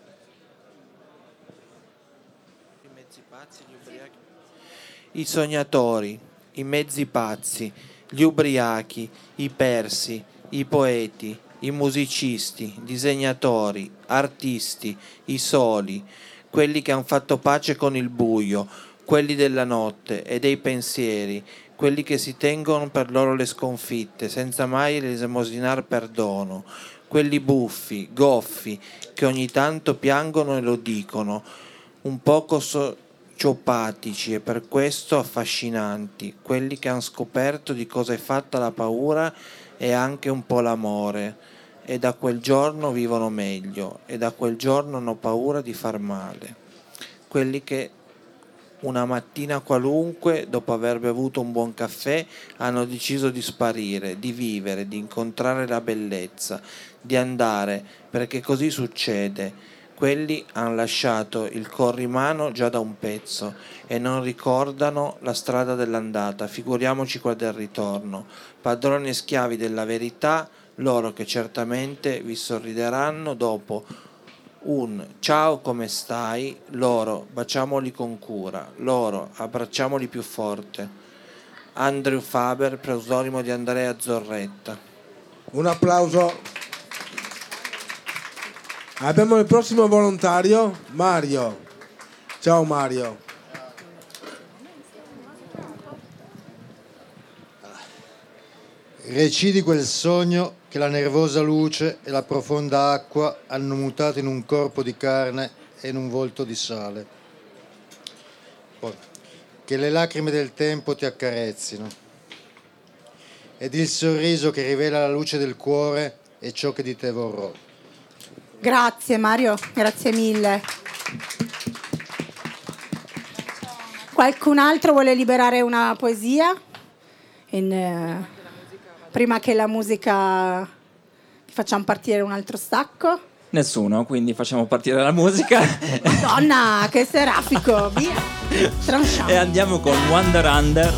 I sognatori, i mezzi pazzi, gli ubriachi, i persi, i poeti, i musicisti, disegnatori, artisti, i soli, quelli che hanno fatto pace con il buio, quelli della notte e dei pensieri, quelli che si tengono per loro le sconfitte, senza mai elemosinare perdono, quelli buffi, goffi, che ogni tanto piangono e lo dicono, un poco sociopatici e per questo affascinanti, quelli che hanno scoperto di cosa è fatta la paura e anche un po' l'amore, e da quel giorno vivono meglio, e da quel giorno hanno paura di far male, quelli che una mattina qualunque, dopo aver bevuto un buon caffè, hanno deciso di sparire, di vivere, di incontrare la bellezza, di andare, perché così succede. Quelli hanno lasciato il corrimano già da un pezzo e non ricordano la strada dell'andata, figuriamoci quella del ritorno. Padroni e schiavi della verità, loro che certamente vi sorrideranno dopo un ciao come stai, loro baciamoli con cura, loro abbracciamoli più forte. Andrew Faber, pseudonimo di Andrea Zorretta. Un applauso. Abbiamo il prossimo volontario, Mario. Ciao Mario. Recidi quel sogno che la nervosa luce e la profonda acqua hanno mutato in un corpo di carne e in un volto di sale. Poi, che le lacrime del tempo ti accarezzino ed il sorriso che rivela la luce del cuore è ciò che di te vorrò. Grazie Mario, grazie mille. Qualcun altro vuole liberare una poesia? Prima che la musica facciamo partire un altro stacco? Nessuno, quindi facciamo partire la musica. Madonna, che serafico, via. Tranchiamo. E andiamo con Wonder Under.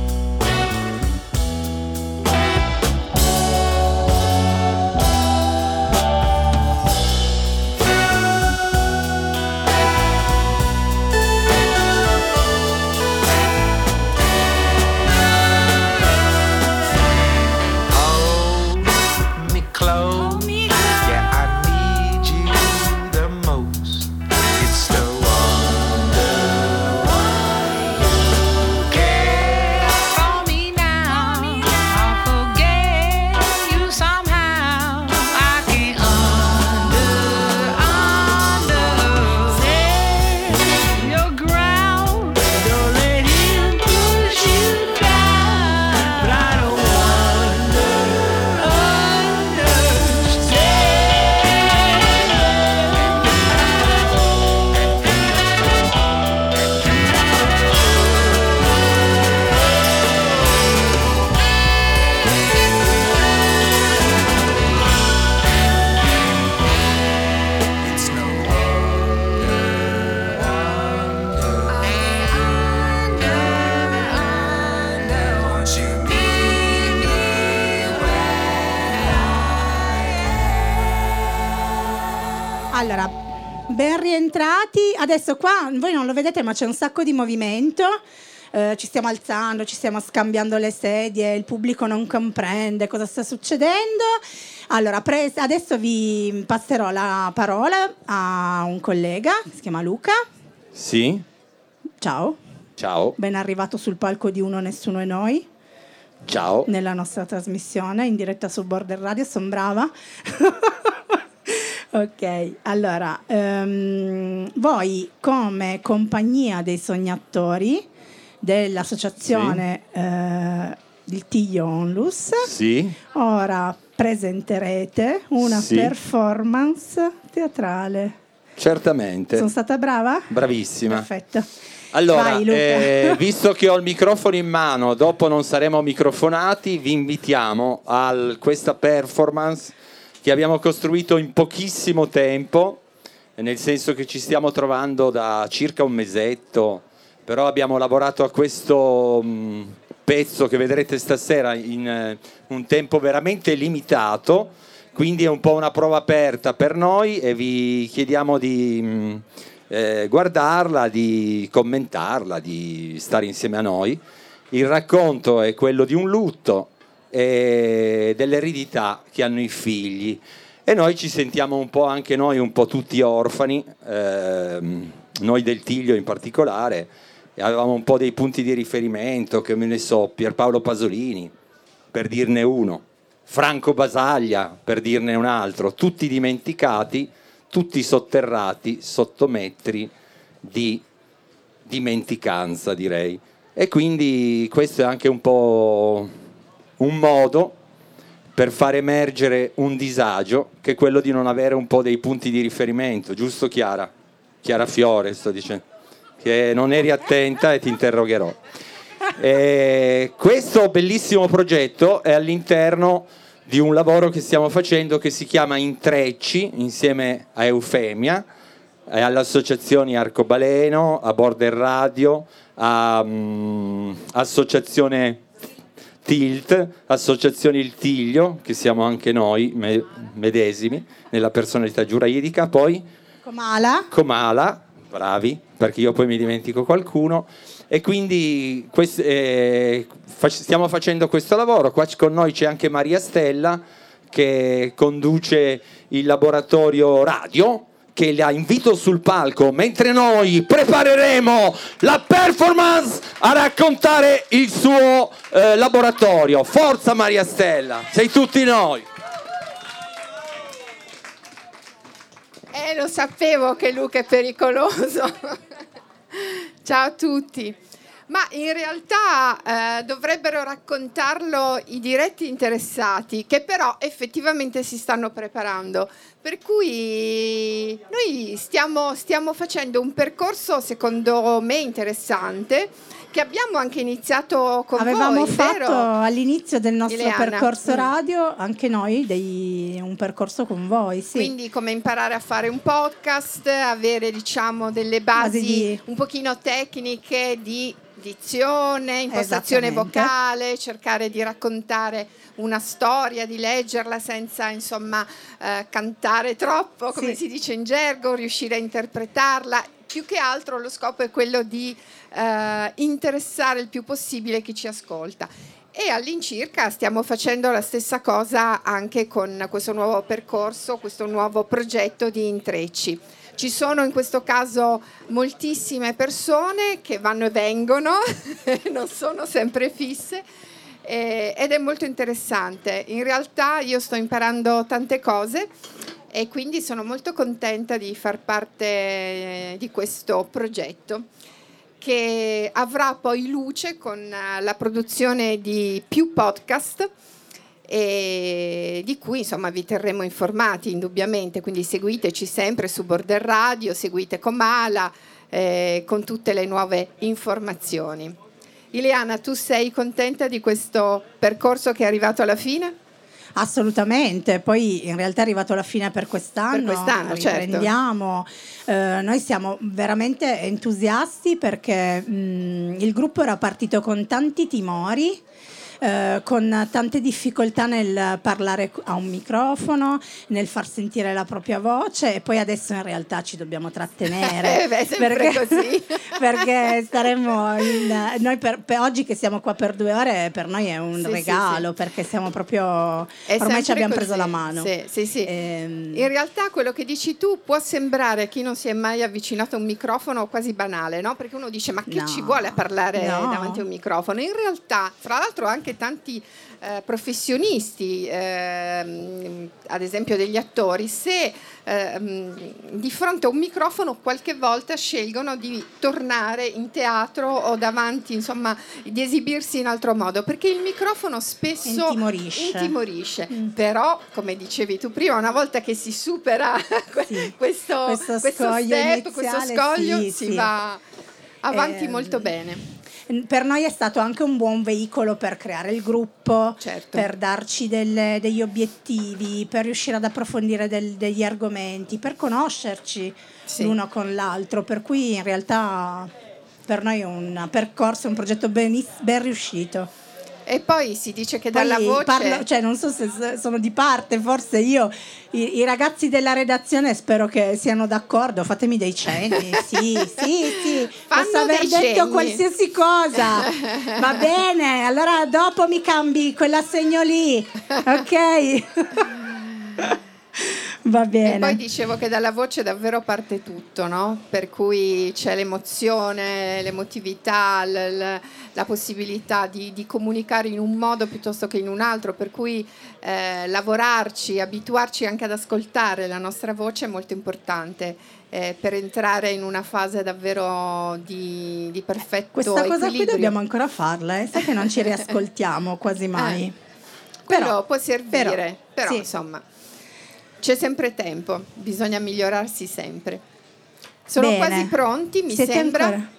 Allora, ben rientrati. Adesso qua voi non lo vedete, ma c'è un sacco di movimento. ci stiamo alzando, ci stiamo scambiando le sedie, il pubblico non comprende cosa sta succedendo. Allora, adesso vi passerò la parola a un collega che si chiama Luca. Sì. Ciao. Ciao. Ben arrivato sul palco di Uno Nessuno e Noi. Ciao. Nella nostra trasmissione in diretta su Border Radio, sono brava. Ok, allora, voi come compagnia dei sognatori dell'associazione Il Tiglio Onlus, Sì. ora presenterete una performance teatrale. Certamente. Sono stata brava? Bravissima. Perfetto. Allora, Vai, Luca. visto che ho il microfono in mano, dopo non saremo microfonati, vi invitiamo a questa performance che abbiamo costruito in pochissimo tempo, nel senso che ci stiamo trovando da circa un mesetto, però abbiamo lavorato a questo pezzo che vedrete stasera in un tempo veramente limitato, quindi è un po' una prova aperta per noi e vi chiediamo di guardarla, di commentarla, di stare insieme a noi. Il racconto è quello di un lutto e dell'eredità che hanno i figli e noi ci sentiamo un po' anche noi un po' tutti orfani, noi del Tiglio in particolare, e avevamo un po' dei punti di riferimento, che me ne so, Pierpaolo Pasolini per dirne uno, Franco Basaglia per dirne un altro, tutti dimenticati, tutti sotterrati sotto metri di dimenticanza, direi. E quindi questo è anche un po' un modo per far emergere un disagio, che è quello di non avere un po' dei punti di riferimento, giusto Chiara? Chiara Fiore, sto dicendo, che non eri attenta e ti interrogherò. Questo bellissimo progetto è all'interno di un lavoro che stiamo facendo che si chiama Intrecci, insieme a Eufemia, alle associazioni Arcobaleno, a Border Radio, a associazione Tilt, associazione Il Tiglio, che siamo anche noi medesimi, nella personalità giuridica, poi Comala, bravi, perché io poi mi dimentico qualcuno, e quindi stiamo facendo questo lavoro. Qua con noi c'è anche Maria Stella che conduce il laboratorio radio, che la invito sul palco mentre noi prepareremo la performance a raccontare il suo laboratorio. Forza Maria Stella, sei tutti noi. Lo sapevo che Luca è pericoloso. Ciao a tutti. Ma in realtà dovrebbero raccontarlo i diretti interessati, che però effettivamente si stanno preparando. Per cui noi stiamo facendo un percorso secondo me interessante, che abbiamo anche iniziato con Avevamo voi, fatto vero? all'inizio del nostro Ileana. percorso radio anche noi un percorso con voi, sì. Quindi come imparare a fare un podcast, avere diciamo delle basi un pochino tecniche di dizione, impostazione vocale, cercare di raccontare una storia, di leggerla senza insomma cantare troppo, come si dice in gergo, riuscire a interpretarla. Più che altro lo scopo è quello di interessare il più possibile chi ci ascolta. E all'incirca stiamo facendo la stessa cosa anche con questo nuovo percorso, questo nuovo progetto di Intrecci. Ci sono in questo caso moltissime persone che vanno e vengono, non sono sempre fisse, ed è molto interessante. In realtà io sto imparando tante cose e quindi sono molto contenta di far parte di questo progetto, che avrà poi luce con la produzione di più podcast e di cui insomma vi terremo informati indubbiamente, quindi seguiteci sempre su Border Radio, seguite Comala con tutte le nuove informazioni. Ileana, tu sei contenta di questo percorso che è arrivato alla fine? Assolutamente, poi in realtà è arrivato alla fine per quest'anno, riprendiamo. Noi siamo veramente entusiasti perché il gruppo era partito con tanti timori, con tante difficoltà nel parlare a un microfono, nel far sentire la propria voce, e poi adesso in realtà ci dobbiamo trattenere sempre così. perché staremo noi per oggi che siamo qua per 2 ore, per noi è un regalo, perché siamo proprio ormai ci abbiamo preso la mano. Sì. In realtà quello che dici tu può sembrare, a chi non si è mai avvicinato a un microfono, quasi banale, no? Perché uno dice: ma chi ci vuole a parlare davanti a un microfono? In realtà, fra l'altro, anche tanti professionisti, ad esempio degli attori, se di fronte a un microfono qualche volta scelgono di tornare in teatro o davanti, insomma, di esibirsi in altro modo, perché il microfono spesso intimorisce. Però, come dicevi tu prima, una volta che si supera questo scoglio, si va avanti molto bene. Per noi è stato anche un buon veicolo per creare il gruppo, per darci degli obiettivi, per riuscire ad approfondire degli argomenti, per conoscerci l'uno con l'altro, per cui in realtà per noi è un percorso, un progetto ben riuscito. E poi si dice che dalla voce... non so se sono di parte, forse io, i ragazzi della redazione spero che siano d'accordo, fatemi dei cenni, sì, posso aver detto qualsiasi cosa, va bene, allora dopo mi cambi quell'assegno lì, ok? Va bene. E poi dicevo che dalla voce davvero parte tutto, no? Per cui c'è l'emozione, l'emotività, la possibilità di comunicare in un modo piuttosto che in un altro, per cui lavorarci, abituarci anche ad ascoltare la nostra voce è molto importante per entrare in una fase davvero di perfetto Questa equilibrio. cosa qui dobbiamo ancora farla, sai che non ci riascoltiamo quasi mai. Però può servire, però insomma... C'è sempre tempo, bisogna migliorarsi sempre. Sono quasi pronti, mi sembra. Ancora?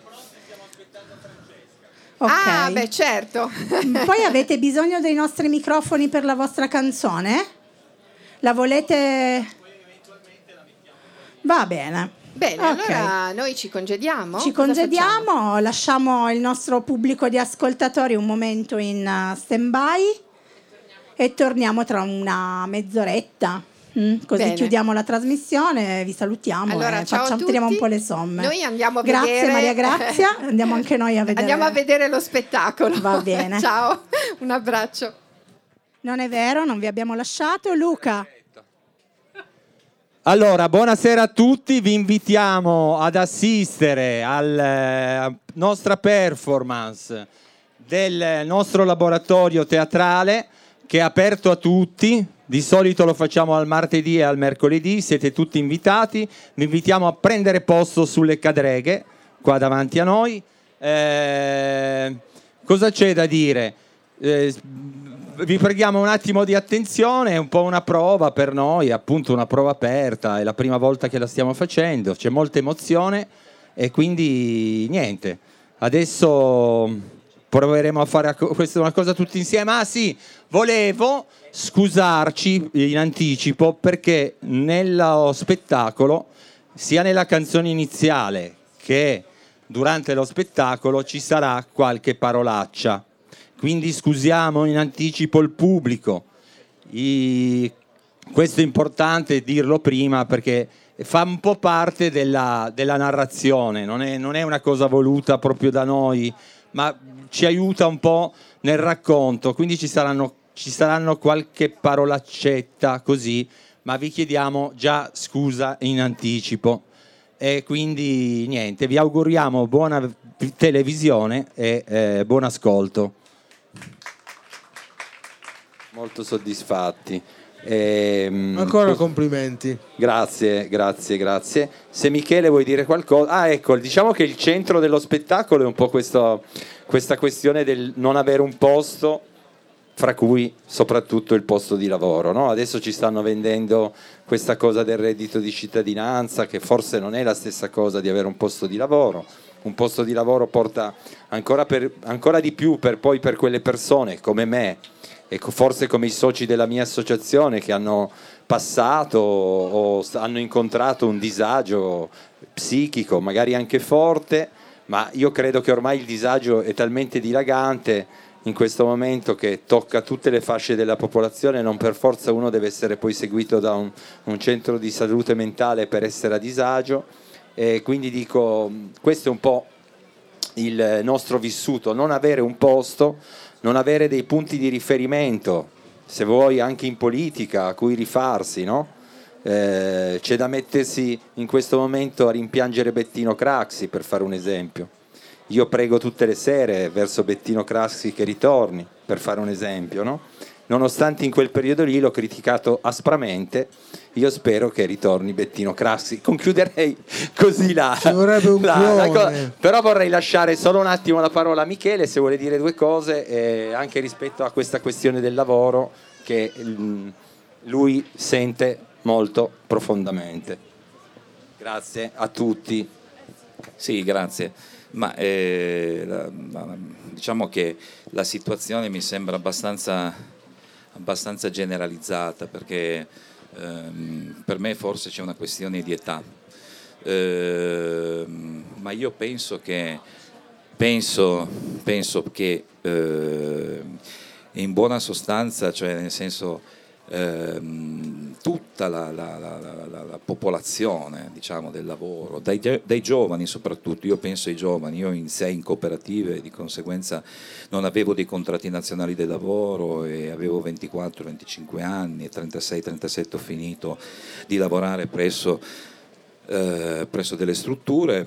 Okay. Ah, beh, certo. Poi avete bisogno dei nostri microfoni per la vostra canzone? La volete? Va bene. Bene, allora noi ci congediamo. Ci congediamo, lasciamo il nostro pubblico di ascoltatori un momento in stand-by e torniamo tra una mezz'oretta. Così Bene. Chiudiamo la trasmissione, vi salutiamo Allora, e ciao a tutti. tiriamo un po' le somme. Noi andiamo a Grazie vedere... Maria Grazia, andiamo anche noi a vedere. Andiamo a vedere lo spettacolo. Va bene. Ciao, un abbraccio. Non è vero, non vi abbiamo lasciato. Luca. Allora, buonasera a tutti, vi invitiamo ad assistere alla nostra performance del nostro laboratorio teatrale che è aperto a tutti. Di solito lo facciamo al martedì e al mercoledì, siete tutti invitati. Vi invitiamo a prendere posto sulle cadreghe qua davanti a noi. Cosa c'è da dire? Vi preghiamo un attimo di attenzione, è un po' una prova per noi, appunto una prova aperta, è la prima volta che la stiamo facendo, c'è molta emozione e quindi niente. Adesso proveremo a fare questa una cosa tutti insieme. Ah sì, volevo scusarci in anticipo perché nello spettacolo, sia nella canzone iniziale che durante lo spettacolo, ci sarà qualche parolaccia. Quindi scusiamo in anticipo il pubblico. Questo è importante dirlo prima perché fa un po' parte della narrazione, non è una cosa voluta proprio da noi, ma ci aiuta un po' nel racconto, quindi ci saranno qualche parolaccetta così, ma vi chiediamo già scusa in anticipo e quindi niente, vi auguriamo buona televisione e buon ascolto. Molto soddisfatti. Ancora complimenti. Grazie. Se Michele vuoi dire qualcosa. Ah, ecco, diciamo che il centro dello spettacolo è un po' questa questione del non avere un posto, fra cui soprattutto il posto di lavoro, no? Adesso ci stanno vendendo questa cosa del reddito di cittadinanza, che forse non è la stessa cosa di avere un posto di lavoro. Un posto di lavoro porta ancora di più per quelle persone come me e forse come i soci della mia associazione che hanno passato o hanno incontrato un disagio psichico, magari anche forte, ma io credo che ormai il disagio è talmente dilagante in questo momento che tocca tutte le fasce della popolazione, non per forza uno deve essere poi seguito da un centro di salute mentale per essere a disagio, e quindi dico, questo è un po' il nostro vissuto, non avere un posto, non avere dei punti di riferimento, se vuoi anche in politica, a cui rifarsi, no? C'è da mettersi in questo momento a rimpiangere Bettino Craxi, per fare un esempio. Io prego tutte le sere verso Bettino Craxi che ritorni, per fare un esempio, no? Nonostante in quel periodo lì l'ho criticato aspramente, io spero che ritorni Bettino Craxi. Concluderei così Ci vorrebbe un clone. però vorrei lasciare solo un attimo la parola a Michele, se vuole dire due cose, anche rispetto a questa questione del lavoro che lui sente molto profondamente. Grazie a tutti. Sì, grazie. Ma diciamo che la situazione mi sembra abbastanza generalizzata, perché per me forse c'è una questione di età, ma io penso che in buona sostanza, cioè nel senso tutta la popolazione, diciamo, del lavoro, dai giovani soprattutto, io penso ai giovani, io in cooperative, di conseguenza non avevo dei contratti nazionali del lavoro e avevo 24-25 anni e 36-37 ho finito di lavorare presso delle strutture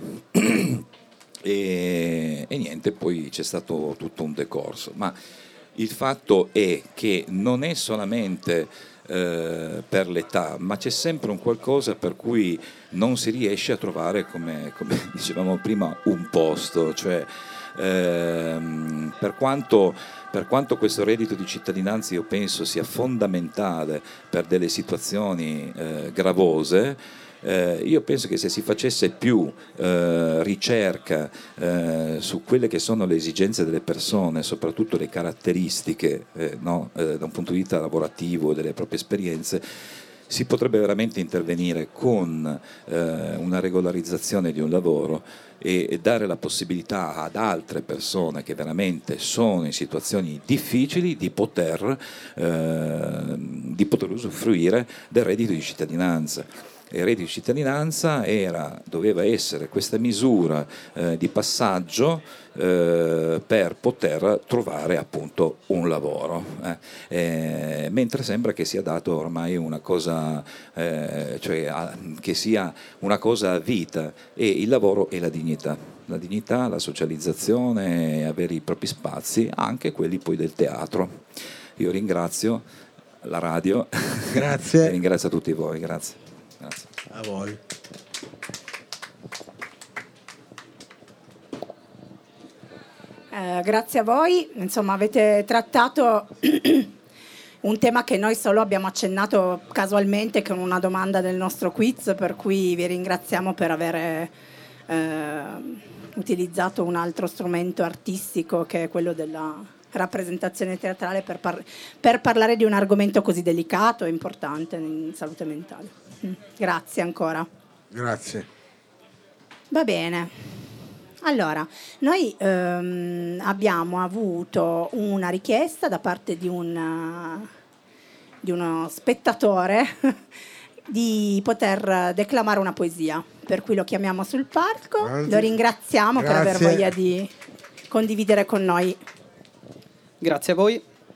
e niente, poi c'è stato tutto un decorso, ma il fatto è che non è solamente per l'età, ma c'è sempre un qualcosa per cui non si riesce a trovare, come dicevamo prima, un posto, cioè per quanto questo reddito di cittadinanza io penso sia fondamentale per delle situazioni gravose, io penso che se si facesse più ricerca su quelle che sono le esigenze delle persone, soprattutto le caratteristiche da un punto di vista lavorativo delle proprie esperienze, si potrebbe veramente intervenire con una regolarizzazione di un lavoro e dare la possibilità ad altre persone che veramente sono in situazioni difficili di poter usufruire del reddito di cittadinanza. Il reddito di cittadinanza doveva essere questa misura di passaggio per poter trovare appunto un lavoro, mentre sembra che sia dato ormai una cosa, che sia una cosa a vita, e il lavoro è la dignità, la socializzazione, avere i propri spazi, anche quelli poi del teatro. Io ringrazio la radio, grazie. E ringrazio a tutti voi, grazie. A voi. Grazie a voi, insomma avete trattato un tema che noi solo abbiamo accennato casualmente con una domanda del nostro quiz, per cui vi ringraziamo per aver utilizzato un altro strumento artistico che è quello della rappresentazione teatrale per parlare di un argomento così delicato e importante in salute mentale. Grazie ancora. Grazie. Va bene. Allora, noi abbiamo avuto una richiesta da parte di uno spettatore di poter declamare una poesia, per cui lo chiamiamo sul palco. Lo ringraziamo per aver voglia di condividere con noi. Grazie a voi.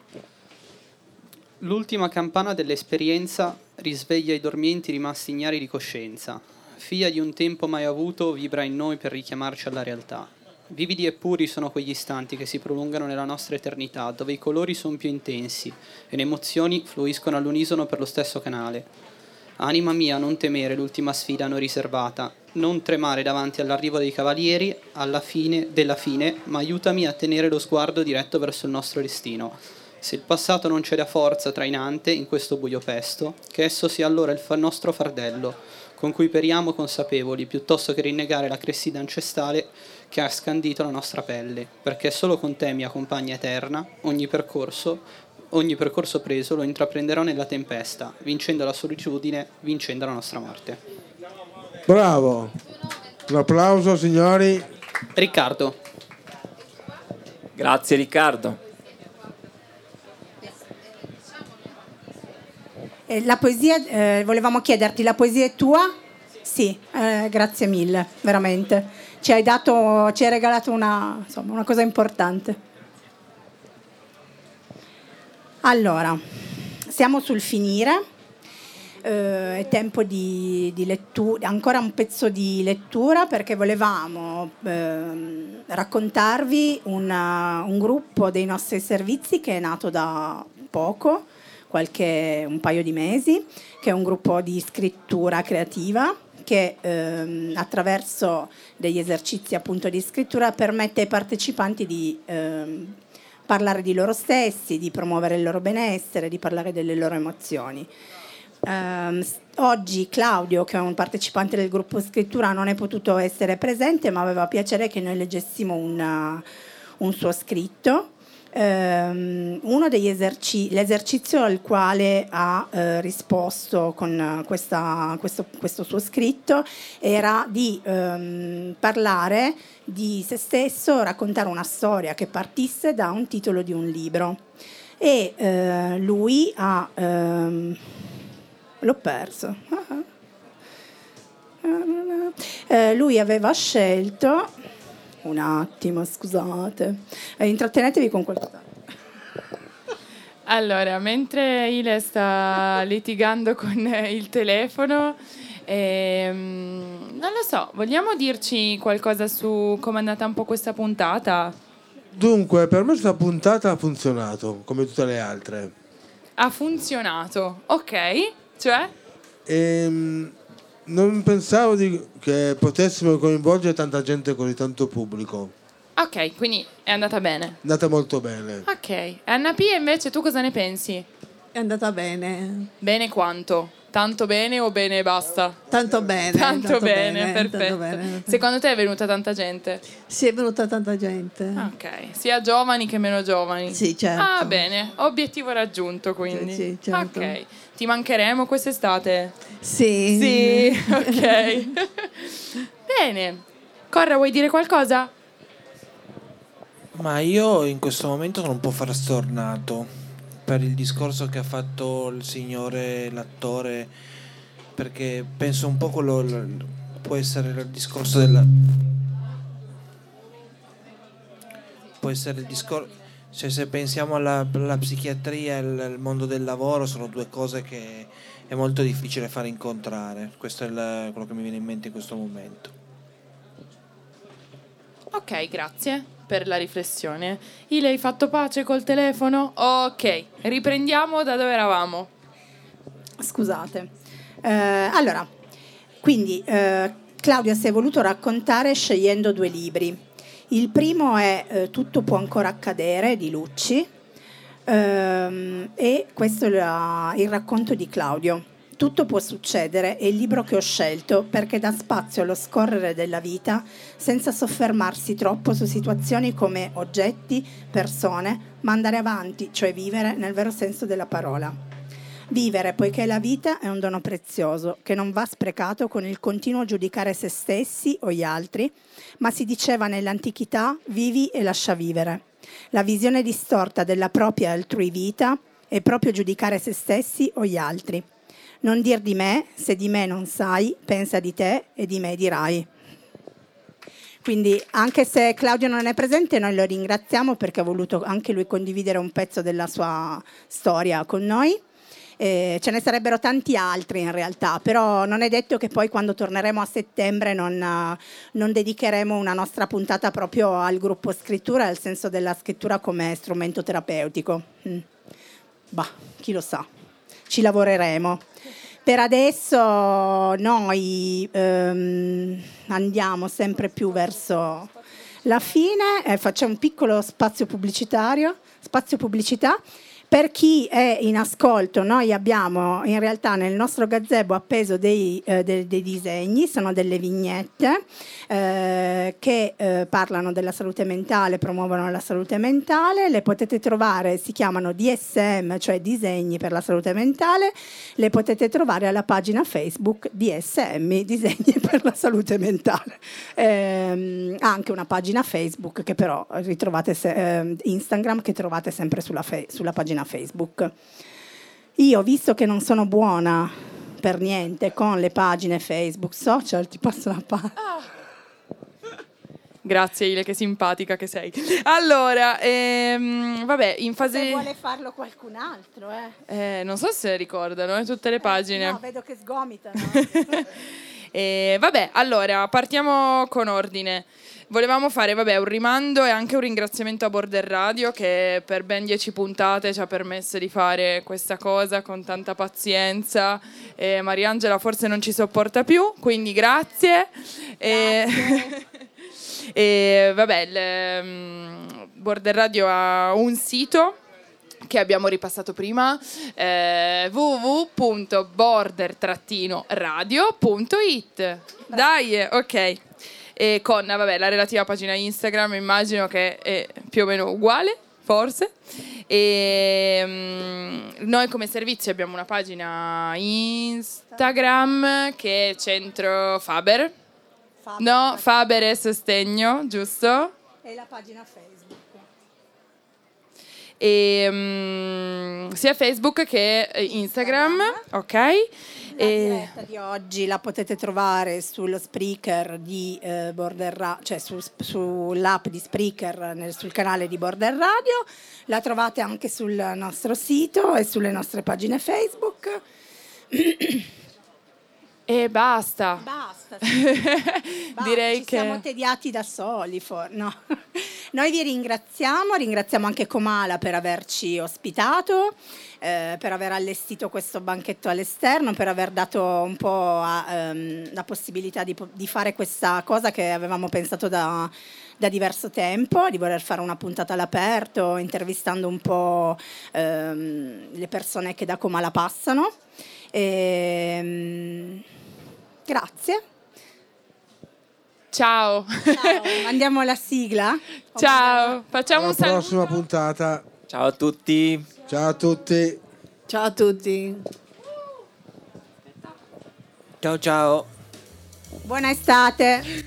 L'ultima campana dell'esperienza risveglia i dormienti rimasti ignari di coscienza. Figlia di un tempo mai avuto, vibra in noi per richiamarci alla realtà. Vividi e puri sono quegli istanti che si prolungano nella nostra eternità, dove i colori sono più intensi e le emozioni fluiscono all'unisono per lo stesso canale. Anima mia, non temere l'ultima sfida non riservata, non tremare davanti all'arrivo dei cavalieri, della fine, ma aiutami a tenere lo sguardo diretto verso il nostro destino. Se il passato non ci dà forza trainante in questo buio pesto, che esso sia allora il nostro fardello, con cui periamo consapevoli, piuttosto che rinnegare la crescita ancestrale che ha scandito la nostra pelle, perché solo con te, mia compagna eterna, ogni percorso preso lo intraprenderò nella tempesta, vincendo la solitudine, vincendo la nostra morte. Bravo. Un applauso, signori. Riccardo. Grazie Riccardo. La poesia, volevamo chiederti, la poesia è tua? Sì, grazie mille, veramente. Ci hai regalato una cosa importante. Allora, siamo sul finire, è tempo di lettura, ancora un pezzo di lettura, perché volevamo raccontarvi un gruppo dei nostri servizi che è nato da poco, un paio di mesi, che è un gruppo di scrittura creativa che attraverso degli esercizi appunto di scrittura permette ai partecipanti di parlare di loro stessi, di promuovere il loro benessere, di parlare delle loro emozioni. Oggi Claudio, che è un partecipante del gruppo scrittura, non è potuto essere presente, ma aveva piacere che noi leggessimo un suo scritto. Uno degli l'esercizio al quale ha risposto con questo suo scritto era di parlare di se stesso, raccontare una storia che partisse da un titolo di un libro, e lui ha l'ho perso. Lui aveva scelto, un attimo, scusate, intrattenetevi con qualcosa. Allora, mentre Ile sta litigando con il telefono, non lo so, vogliamo dirci qualcosa su come è andata un po' questa puntata? Dunque, per me questa puntata ha funzionato, come tutte le altre. Ha funzionato, ok, cioè? Non pensavo che potessimo coinvolgere tanta gente, così tanto pubblico. Ok, quindi è andata bene. È andata molto bene. Ok, Anna P, invece tu cosa ne pensi? È andata bene. Bene quanto? Tanto bene o bene e basta? Tanto bene. Tanto bene, perfetto. Tanto bene. Secondo te è venuta tanta gente? Sì, è venuta tanta gente. Ok, sia giovani che meno giovani. Sì, certo. Ah, bene, obiettivo raggiunto quindi. Sì, certo. Ok, ti mancheremo quest'estate? Sì. Sì, ok. Bene. Corra, vuoi dire qualcosa? Ma io in questo momento sono un po' frastornato per il discorso che ha fatto il signore, l'attore, perché penso un po' quello può essere il discorso della... può essere il discorso... Cioè, se pensiamo alla psichiatria e al mondo del lavoro, sono due cose che è molto difficile fare incontrare. Questo è quello che mi viene in mente in questo momento. Ok, grazie per la riflessione. Ile, hai fatto pace col telefono? Ok, riprendiamo da dove eravamo. Scusate. Allora, quindi Claudia si è voluto raccontare scegliendo 2 libri. Il primo è Tutto può ancora accadere di Lucci, e questo è il racconto di Claudio. Tutto può succedere è il libro che ho scelto perché dà spazio allo scorrere della vita senza soffermarsi troppo su situazioni come oggetti, persone, ma andare avanti, cioè vivere nel vero senso della parola. Vivere poiché la vita è un dono prezioso che non va sprecato con il continuo giudicare se stessi o gli altri, ma si diceva nell'antichità vivi e lascia vivere. La visione distorta della propria e altrui vita è proprio giudicare se stessi o gli altri. Non dir di me, se di me non sai, pensa di te e di me dirai. Quindi anche se Claudio non è presente, noi lo ringraziamo perché ha voluto anche lui condividere un pezzo della sua storia con noi. Ce ne sarebbero tanti altri in realtà, però non è detto che poi quando torneremo a settembre non dedicheremo una nostra puntata proprio al gruppo scrittura, al senso della scrittura come strumento terapeutico. Bah, chi lo sa, ci lavoreremo. Per adesso noi andiamo sempre più verso la fine, facciamo un piccolo spazio pubblicità. Per chi è in ascolto, noi abbiamo in realtà nel nostro gazebo appeso dei disegni, sono delle vignette che parlano della salute mentale, promuovono la salute mentale. Le potete trovare, si chiamano DSM, cioè Disegni per la Salute Mentale, le potete trovare alla pagina Facebook DSM, Disegni per la Salute Mentale. Anche una pagina Facebook che però ritrovate, Instagram che trovate sempre sulla pagina Facebook. Io, visto che non sono buona per niente con le pagine Facebook, social, ti passo la palla. Grazie Ile, che simpatica che sei. Allora, vabbè, in fase... Se vuole farlo qualcun altro, non so se ricordano tutte le pagine. No, vedo che sgomitano. Vabbè, allora, partiamo con ordine. Volevamo fare, un rimando e anche un ringraziamento a Border Radio, che per ben 10 puntate ci ha permesso di fare questa cosa con tanta pazienza. Mariangela forse non ci sopporta più, quindi grazie. Border Radio ha un sito che abbiamo ripassato prima, www.border-radio.it. Dai, ok. E con la relativa pagina Instagram, immagino che è più o meno uguale, forse. E noi come servizio abbiamo una pagina Instagram che è Centro Faber. Faber e Sostegno, giusto? E la pagina Facebook. E sia Facebook che Instagram, ok? La diretta di oggi la potete trovare sullo Spreaker di cioè sull'app di Spreaker, sul canale di Border Radio. La trovate anche sul nostro sito e sulle nostre pagine Facebook. E basta. Direi ci siamo tediati da soli. No. Noi vi ringraziamo anche Comala per averci ospitato, per aver allestito questo banchetto all'esterno, per aver dato un po' la possibilità di fare questa cosa che avevamo pensato da diverso tempo, di voler fare una puntata all'aperto, intervistando un po' le persone che da Comala passano. Grazie. Ciao. Andiamo alla sigla. Ciao. Facciamo un saluto. Alla prossima puntata. Ciao a tutti. Ciao a tutti. Ciao a tutti. Ciao ciao. Buona estate.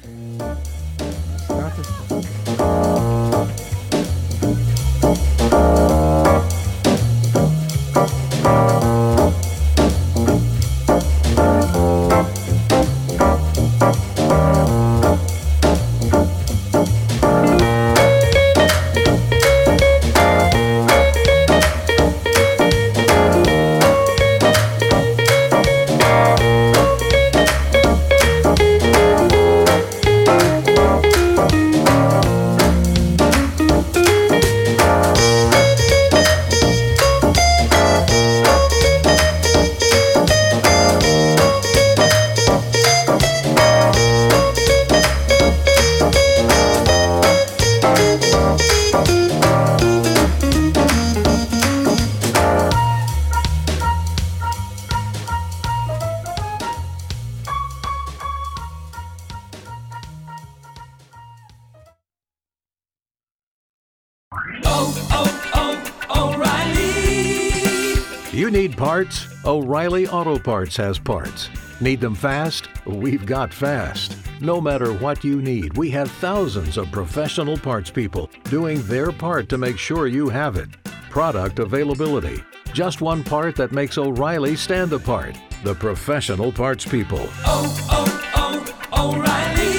You need parts? O'Reilly Auto Parts has parts. Need them fast? We've got fast. No matter what you need, we have thousands of professional parts people doing their part to make sure you have it. Product availability. Just one part that makes O'Reilly stand apart. The professional parts people. O'Reilly.